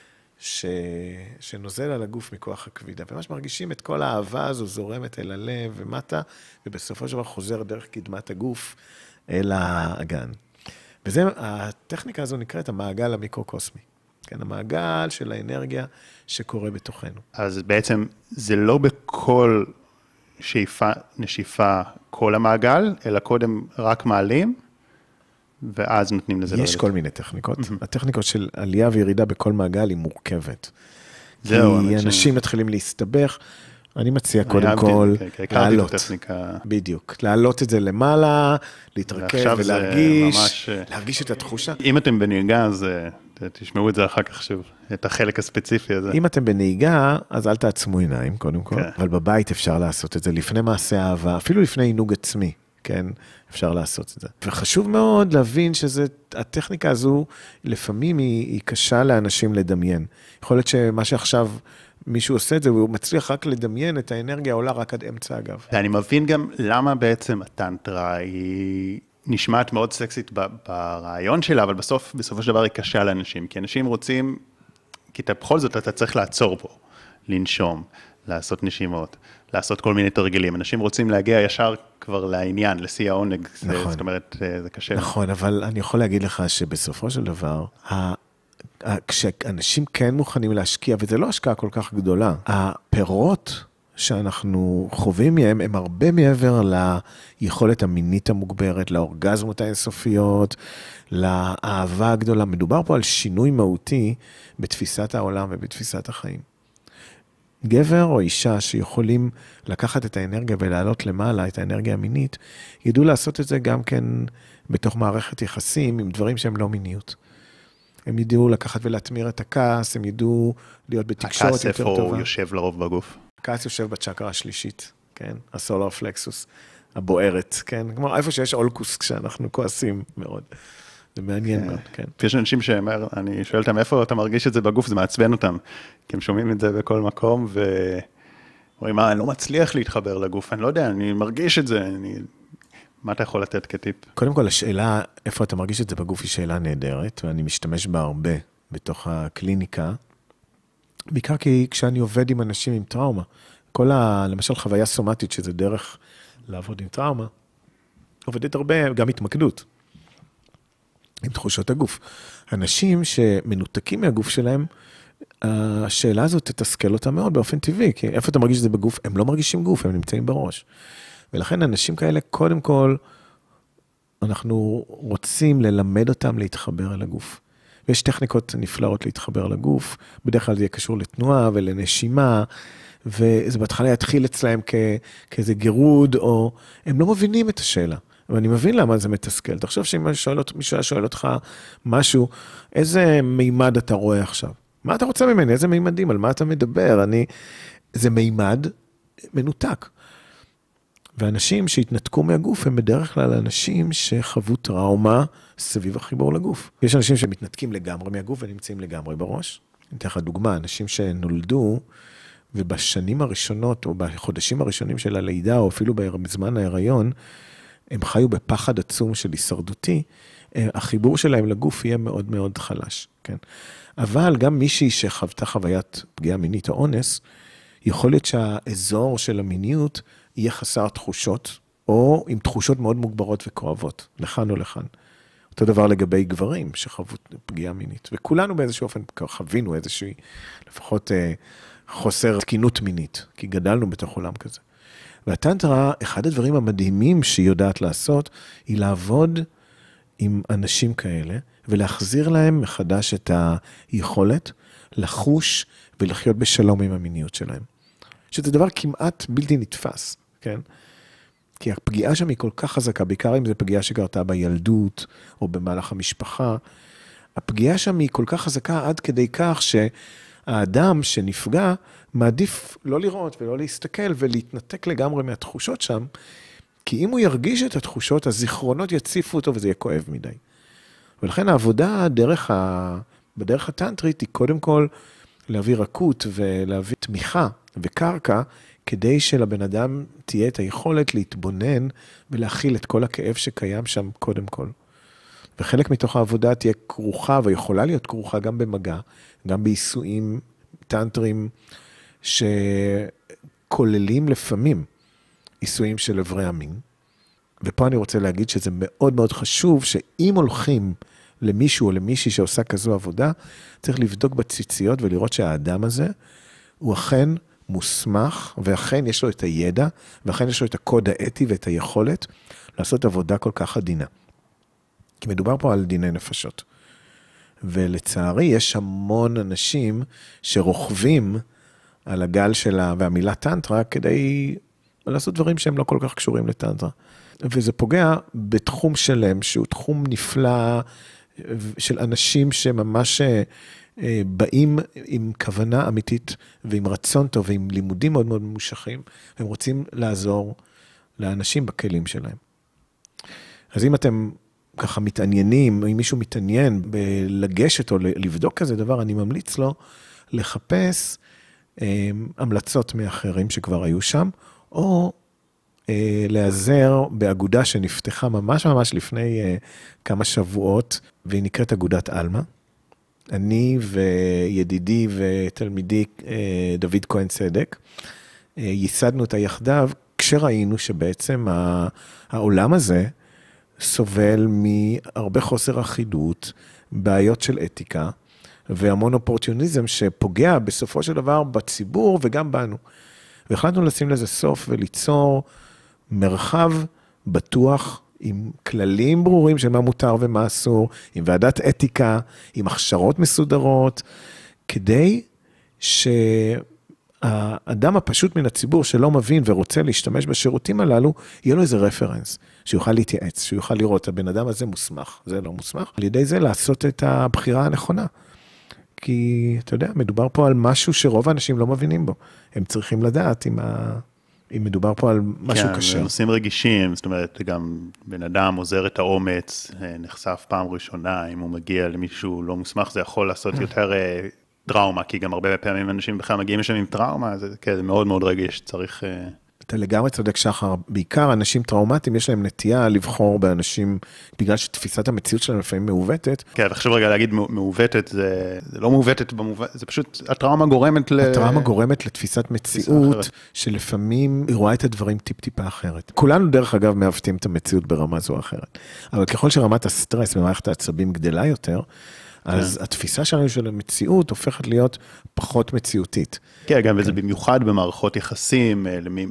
שנוזל על הגוף מכוח הכבידה. וממש מרגישים את כל האהבה הזו זורמת אל הלב ומטה, ובסופו של דבר חוזר דרך קדמת הגוף אל האגן. הטכניקה הזו נקראת המעגל המיקרוקוסמי. כן, המעגל של האנרגיה שקורה בתוכנו. אז בעצם זה לא בכל שאיפה, נשיפה, כל המעגל, אלא קודם רק מעלים, ואז נותנים לזה. יש כל מיני טכניקות. הטכניקות של עלייה וירידה בכל מעגל היא מורכבת. כי אנשים מתחילים להסתבך. אני מציע קודם כל לעלות. בדיוק. לעלות את זה למעלה, להתרכז ולהרגיש את התחושה. אם אתם בנהיגה, אז תשמעו את זה אחר כך שוב, את החלק הספציפי הזה. אם אתם בנהיגה, אז אל תעצמו עיניים קודם כל. אבל בבית אפשר לעשות את זה לפני מעשה אהבה, אפילו לפני עינוג עצמי. כן, אפשר לעשות את זה. וחשוב מאוד להבין שהטכניקה הזו, לפעמים היא קשה לאנשים לדמיין. יכול להיות שמה שעכשיו מישהו עושה את זה, והוא מצליח רק לדמיין את האנרגיה העולה רק עד אמצע הגב. ואני מבין גם למה בעצם הטנטרה היא נשמעת מאוד סקסית ברעיון שלה, אבל בסופו של דבר היא קשה לאנשים, כי אנשים רוצים, כי בכל זאת אתה צריך לעצור פה, לנשום, לעשות נשימות, לעשות כל מיני תרגילים. אנשים רוצים להגיע ישר כבר לעניין, לשיא העונג. נכון. זאת אומרת, זה קשה. נכון, אבל אני יכול להגיד לך שבסופו של דבר, כשאנשים כן מוכנים להשקיע, וזה לא השקעה כל כך גדולה, הפירות שאנחנו חווים מהם, הם הרבה מעבר ליכולת המינית המוגברת, לאורגזמות האינסופיות, לאהבה הגדולה. מדובר פה על שינוי מהותי בתפיסת העולם ובתפיסת החיים. גבר או אישה שיכולים לקחת את האנרגיה ולעלות למעלה, את האנרגיה המינית, ידעו לעשות את זה גם כן בתוך מערכת יחסים עם דברים שהם לא מיניות. הם ידעו לקחת ולהתמיר את הכעס, הם ידעו להיות בתקשורת יותר טובה. הכעס איפה הוא יושב לרוב בגוף? הכעס יושב בצ'קרה השלישית, כן? הסולר פלקסוס, הבוערת, כן? כמו איפה שיש אולקוס כשאנחנו כועסים מאוד. זה מעניין מאוד, כן. יש אנשים שאומר, אני שואל אותם, איפה אתה מרגיש את זה בגוף? זה מעצבן אותם. כי הם שומעים את זה בכל מקום, ואומרים, אני לא מצליח להתחבר לגוף, אני לא יודע, אני מרגיש את זה, מה אתה יכול לתת כטיפ? קודם כל, השאלה, איפה אתה מרגיש את זה בגוף, היא שאלה נהדרת, ואני משתמש בה הרבה בתוך הקליניקה, בעיקר כי כשאני עובד עם אנשים עם טראומה, למשל חוויה סומטית, שזה דרך לעבוד עם טראומה, עובדת הרבה, גם התמקדות, עם תחושות הגוף. אנשים שמנותקים מהגוף שלהם, השאלה הזאת תתסכל אותם מאוד באופן טבעי, כי איפה אתה מרגיש את זה בגוף? הם לא מרגישים גוף, הם נמצאים בראש. ולכן אנשים כאלה, קודם כל, אנחנו רוצים ללמד אותם להתחבר אל הגוף. ויש טכניקות נפלאות להתחבר לגוף, בדרך כלל זה יהיה קשור לתנועה ולנשימה, וזה בהתחלה יתחיל אצלהם כאיזה גירוד, או הם לא מבינים את השאלה. ואני מבין למה זה מתסכל. תחשוב שאם מישהו שואל אותך משהו, איזה מימד אתה רואה עכשיו? מה אתה רוצה ממני? איזה מימדים? על מה אתה מדבר? זה מימד מנותק. ואנשים שהתנתקו מהגוף הם בדרך כלל אנשים שחוו טראומה סביב החיבור לגוף. יש אנשים שמתנתקים לגמרי מהגוף ונמצאים לגמרי בראש. אני אתן לך דוגמה, אנשים שנולדו ובשנים הראשונות או בחודשים הראשונים של הלידה או אפילו בזמן ההיריון, הם חיו בפחד עצום של הישרדותי, החיבור שלהם לגוף יהיה מאוד מאוד חלש. כן? אבל גם מישהי שחוותה חוויית פגיעה מינית או אונס, יכול להיות שהאזור של המיניות יהיה חסר תחושות, או עם תחושות מאוד מוגברות וכואבות, לכאן או לכאן. אותו דבר לגבי גברים שחוו פגיעה מינית, וכולנו באיזשהו אופן חווינו איזושהי, לפחות חוסר תקינות מינית, כי גדלנו בתוך עולם כזה. והטנטרה, אחד הדברים המדהימים שהיא יודעת לעשות, היא לעבוד עם אנשים כאלה, ולהחזיר להם מחדש את היכולת לחוש ולחיות בשלום עם המיניות שלהם. שזה דבר כמעט בלתי נתפס, כן? כי הפגיעה שם היא כל כך חזקה, בעיקר אם זו פגיעה שקרתה בילדות או במהלך המשפחה, הפגיעה שם היא כל כך חזקה עד כדי כך שהאדם שנפגע מעדיף לא לראות ולא להסתכל ולהתנתק לגמרי מהתחושות שם, כי אם הוא ירגיש את התחושות, הזיכרונות יציפו אותו וזה יהיה כואב מדי. ולכן העבודה בדרך הטנטרית היא קודם כל להביא רכות ולהביא תמיכה וקרקע, כדי שלבן אדם תהיה את היכולת להתבונן ולהכיל את כל הכאב שקיים שם קודם כל. וחלק מתוך העבודה תהיה כרוכה, ויכולה להיות כרוכה גם במגע, גם בעיסויים טנטרים, שכוללים לפעמים עיסויים של עברי המין. ופה אני רוצה להגיד שזה מאוד מאוד חשוב, שאם הולכים למישהו או למישהי שעושה כזו עבודה, צריך לבדוק בציציות ולראות שהאדם הזה הוא אכן מוסמך, ואכן יש לו את הידע, ואכן יש לו את הקוד האתי ואת היכולת לעשות עבודה כל כך עדינה. כי מדובר פה על דיני נפשות. ולצערי יש המון אנשים שרוכבים על הגל שלה והמילה טנטרה, כדי לעשות דברים שהם לא כל כך קשורים לטנטרה. וזה פוגע בתחום שלם, שהוא תחום נפלא של אנשים שממש באים עם כוונה אמיתית, ועם רצון טוב, ועם לימודים מאוד מאוד ממושכים, והם רוצים לעזור לאנשים בכלים שלהם. אז אם אתם ככה מתעניינים, אם מישהו מתעניין בלגשת או לבדוק כזה דבר, אני ממליץ לו לחפש המלצות מאחרים שכבר היו שם, או להיעזר באגודה שנפתחה ממש ממש לפני כמה שבועות, והיא נקראת אגודת אלמה. אני וידידי ותלמידי דוד כהן צדק, ייסדנו אותה יחדיו, כשראינו שבעצם העולם הזה סובל מהרבה חוסר אחידות, בעיות של אתיקה, והמון אופורטוניזם שפוגע בסופו של דבר בציבור וגם בנו. והחלטנו לשים לזה סוף וליצור מרחב בטוח, עם כללים ברורים של מה מותר ומה אסור, עם ועדת אתיקה, עם הכשרות מסודרות, כדי שהאדם הפשוט מן הציבור שלא מבין ורוצה להשתמש בשירותים הללו, יהיה לו איזה רפרנס, שיוכל להתייעץ, שיוכל לראות, הבן אדם הזה מוסמך, זה לא מוסמך, על ידי זה לעשות את הבחירה הנכונה. כי, אתה יודע, מדובר פה על משהו שרוב האנשים לא מבינים בו. הם צריכים לדעת אם מדובר פה על משהו קשה. כן, נושאים רגישים, זאת אומרת, גם בן אדם עוזר את האומץ, נחשף פעם ראשונה, אם הוא מגיע למישהו לא מוסמך, זה יכול לעשות יותר טראומה, כי גם הרבה פעמים אנשים בכלל מגיעים לשם עם טראומה, זה מאוד מאוד רגיש, צריך... אתה לגמרי צודק שחר, בעיקר אנשים טראומטיים, יש להם נטייה לבחור באנשים, בגלל שתפיסת המציאות שלהם לפעמים מעוותת. כן, וחשוב רגע להגיד מעוותת, זה לא מעוותת במובן, זה פשוט, הטראומה גורמת הטראומה גורמת לתפיסת מציאות, שלפעמים היא רואה את הדברים טיפ-טיפה אחרת. כולנו דרך אגב מעוותים את המציאות ברמה זו או אחרת, אבל ככל שרמת הסטרס במערכת העצבים גדלה יותר, אז התפיסה שלנו של המציאות הופכת להיות פחות מציאותית. כן, גם וזה במיוחד במערכות יחסים,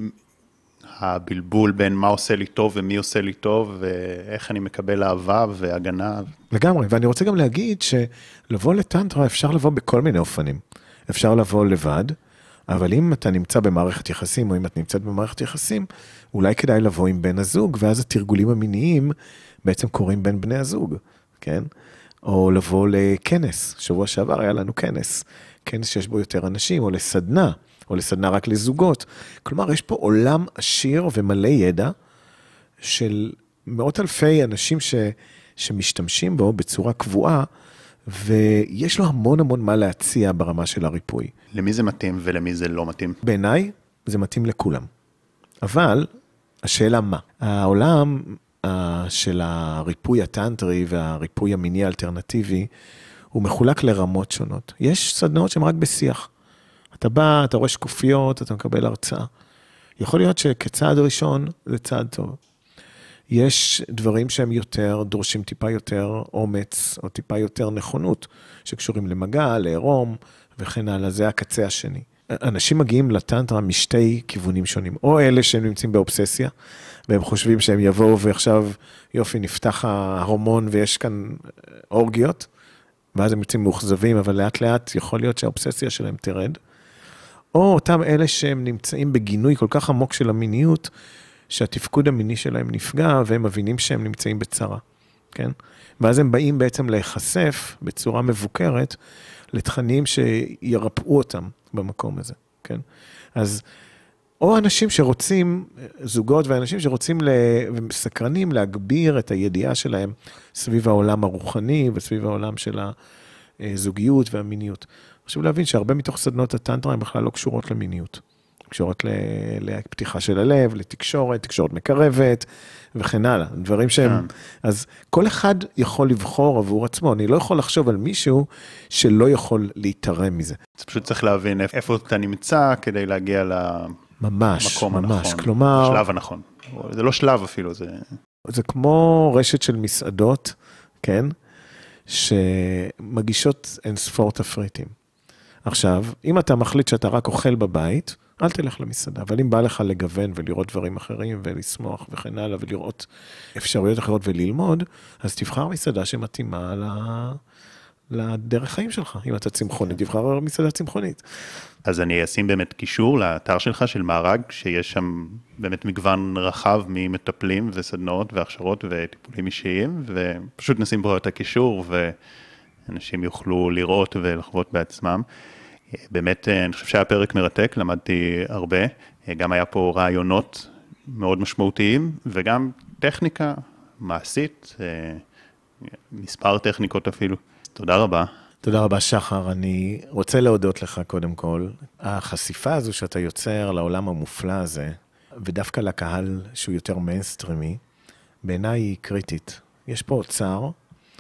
הבלבול בין מה עושה לי טוב ומי עושה לי טוב, ואיך אני מקבל אהבה והגנה. לגמרי, ואני רוצה גם להגיד שלבוא לטנטרה אפשר לבוא בכל מיני אופנים. אפשר לבוא לבד, אבל אם אתה נמצא במערכת יחסים, או אם את נמצאת במערכת יחסים, אולי כדאי לבוא עם בן הזוג, ואז התרגולים המיניים בעצם קורים בין בני הזוג, כן? או לבוא לכנס, שבוע שעבר היה לנו כנס שיש בו יותר אנשים, או לסדנה רק לזוגות. כלומר, יש פה עולם עשיר ומלא ידע של מאות אלפי אנשים שמשתמשים בו בצורה קבועה, ויש לו המון המון מה להציע ברמה של הריפוי. למי זה מתאים ולמי זה לא מתאים? בעיניי זה מתאים לכולם. אבל השאלה מה? העולם של הריפוי הטנטרי והריפוי המיני האלטרנטיבי, הוא מחולק לרמות שונות. יש סדנאות שהן רק בשיח. אתה בא, אתה רואה שקופיות, אתה מקבל הרצאה. יכול להיות שכצעד ראשון זה צעד טוב. יש דברים שהם יותר, דורשים טיפה יותר אומץ, או טיפה יותר נכונות, שקשורים למגע, לערום, וכן הלאה, זה הקצה השני. אנשים מגיעים לטנטרה משתי כיוונים שונים, או אלה שהם נמצאים באובססיה, והם חושבים שהם יבואו ועכשיו, יופי, נפתח ההורמון ויש כאן אורגיות, ואז הם יוצאים מאוכזבים, אבל לאט לאט יכול להיות שהאובססיה שלהם תרד, או אותם אלה שהם נמצאים בגינוי כל כך עמוק של המיניות, שהתפקוד המיני שלהם נפגע, והם מבינים שהם נמצאים בצרה, כן? ואז הם באים בעצם להיחשף בצורה מבוקרת, לתכנים שירפאו אותם במקום הזה, כן? אז, או אנשים שרוצים, זוגות ואנשים שרוצים וסקרנים להגביר את הידיעה שלהם סביב העולם הרוחני וסביב העולם של הזוגיות והמיניות. חשוב להבין שהרבה מתוך סדנות הטנטרה הן בכלל לא קשורות למיניות. קשורות לפתיחה של הלב, לתקשורת, תקשורת מקרבת וכן הלאה. דברים שהם... אז כל אחד יכול לבחור עבור עצמו. אני לא יכול לחשוב על מישהו שלא יכול להתערם מזה. זה פשוט צריך להבין איפה אתה נמצא כדי להגיע למקום הנכון. כלומר... השלב הנכון. זה לא שלב אפילו, זה... זה כמו רשת של מסעדות, כן? שמגישות אין ספור תפריטים. עכשיו, אם אתה מחליט שאתה רק אוכל בבית, אל תלך למסעדה, אבל אם בא לך לגוון ולראות דברים אחרים ולשמוח וכן הלאה, ולראות אפשרויות אחרות וללמוד, אז תבחר מסעדה שמתאימה לדרך חיים שלך. אם אתה צמחונית, תבחר מסעדה צמחונית. אז אני אשים באמת קישור לאתר שלך של מארג, שיש שם באמת מגוון רחב ממטפלים וסדנאות והכשרות וטיפולים אישיים, ופשוט נשים פה את הקישור ואנשים יוכלו לראות ולחוות בעצמם. באמת, אני חושב שהיה פרק מרתק, למדתי הרבה, גם היה פה רעיונות מאוד משמעותיים, וגם טכניקה מעשית, מספר טכניקות אפילו. תודה רבה. תודה רבה שחר, אני רוצה להודות לך קודם כל. החשיפה הזו שאתה יוצר לעולם המופלא הזה, ודווקא לקהל שהוא יותר מיינסטרימי, בעיניי היא קריטית. יש פה אוצר,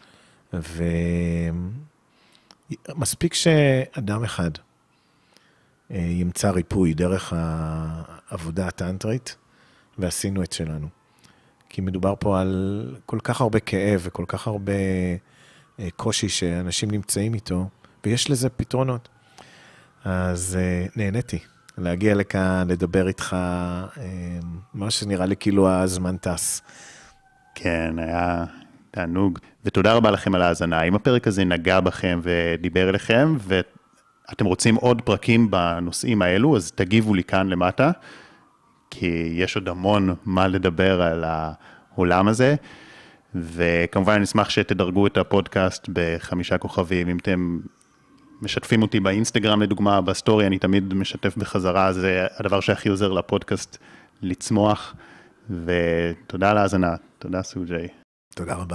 ומספיק שאדם אחד ימצא ריפוי דרך העבודה הטנטרית, ועשינו את שלנו. כי מדובר פה על כל כך הרבה כאב וכל כך הרבה קושי שאנשים נמצאים איתו, ויש לזה פתרונות. אז נהניתי. להגיע לכאן, לדבר איתך, מה שנראה לי כאילו הזמן טס. כן, היה תענוג. ותודה רבה לכם על ההאזנה. אם הפרק הזה נגע בכם ודיבר אליכם, ואתם רוצים עוד פרקים בנושאים האלו, אז תגיבו לי כאן למטה, כי יש עוד המון מה לדבר על העולם הזה, וכמובן אני אשמח שתדרגו את הפודקאסט ב5 כוכבים, אם אתם משתפים אותי באינסטגרם לדוגמה, בסטורי אני תמיד משתף בחזרה, זה הדבר שהכי עוזר לפודקאסט לצמוח, ותודה על ההאזנה, תודה סוג'י. תודה רבה.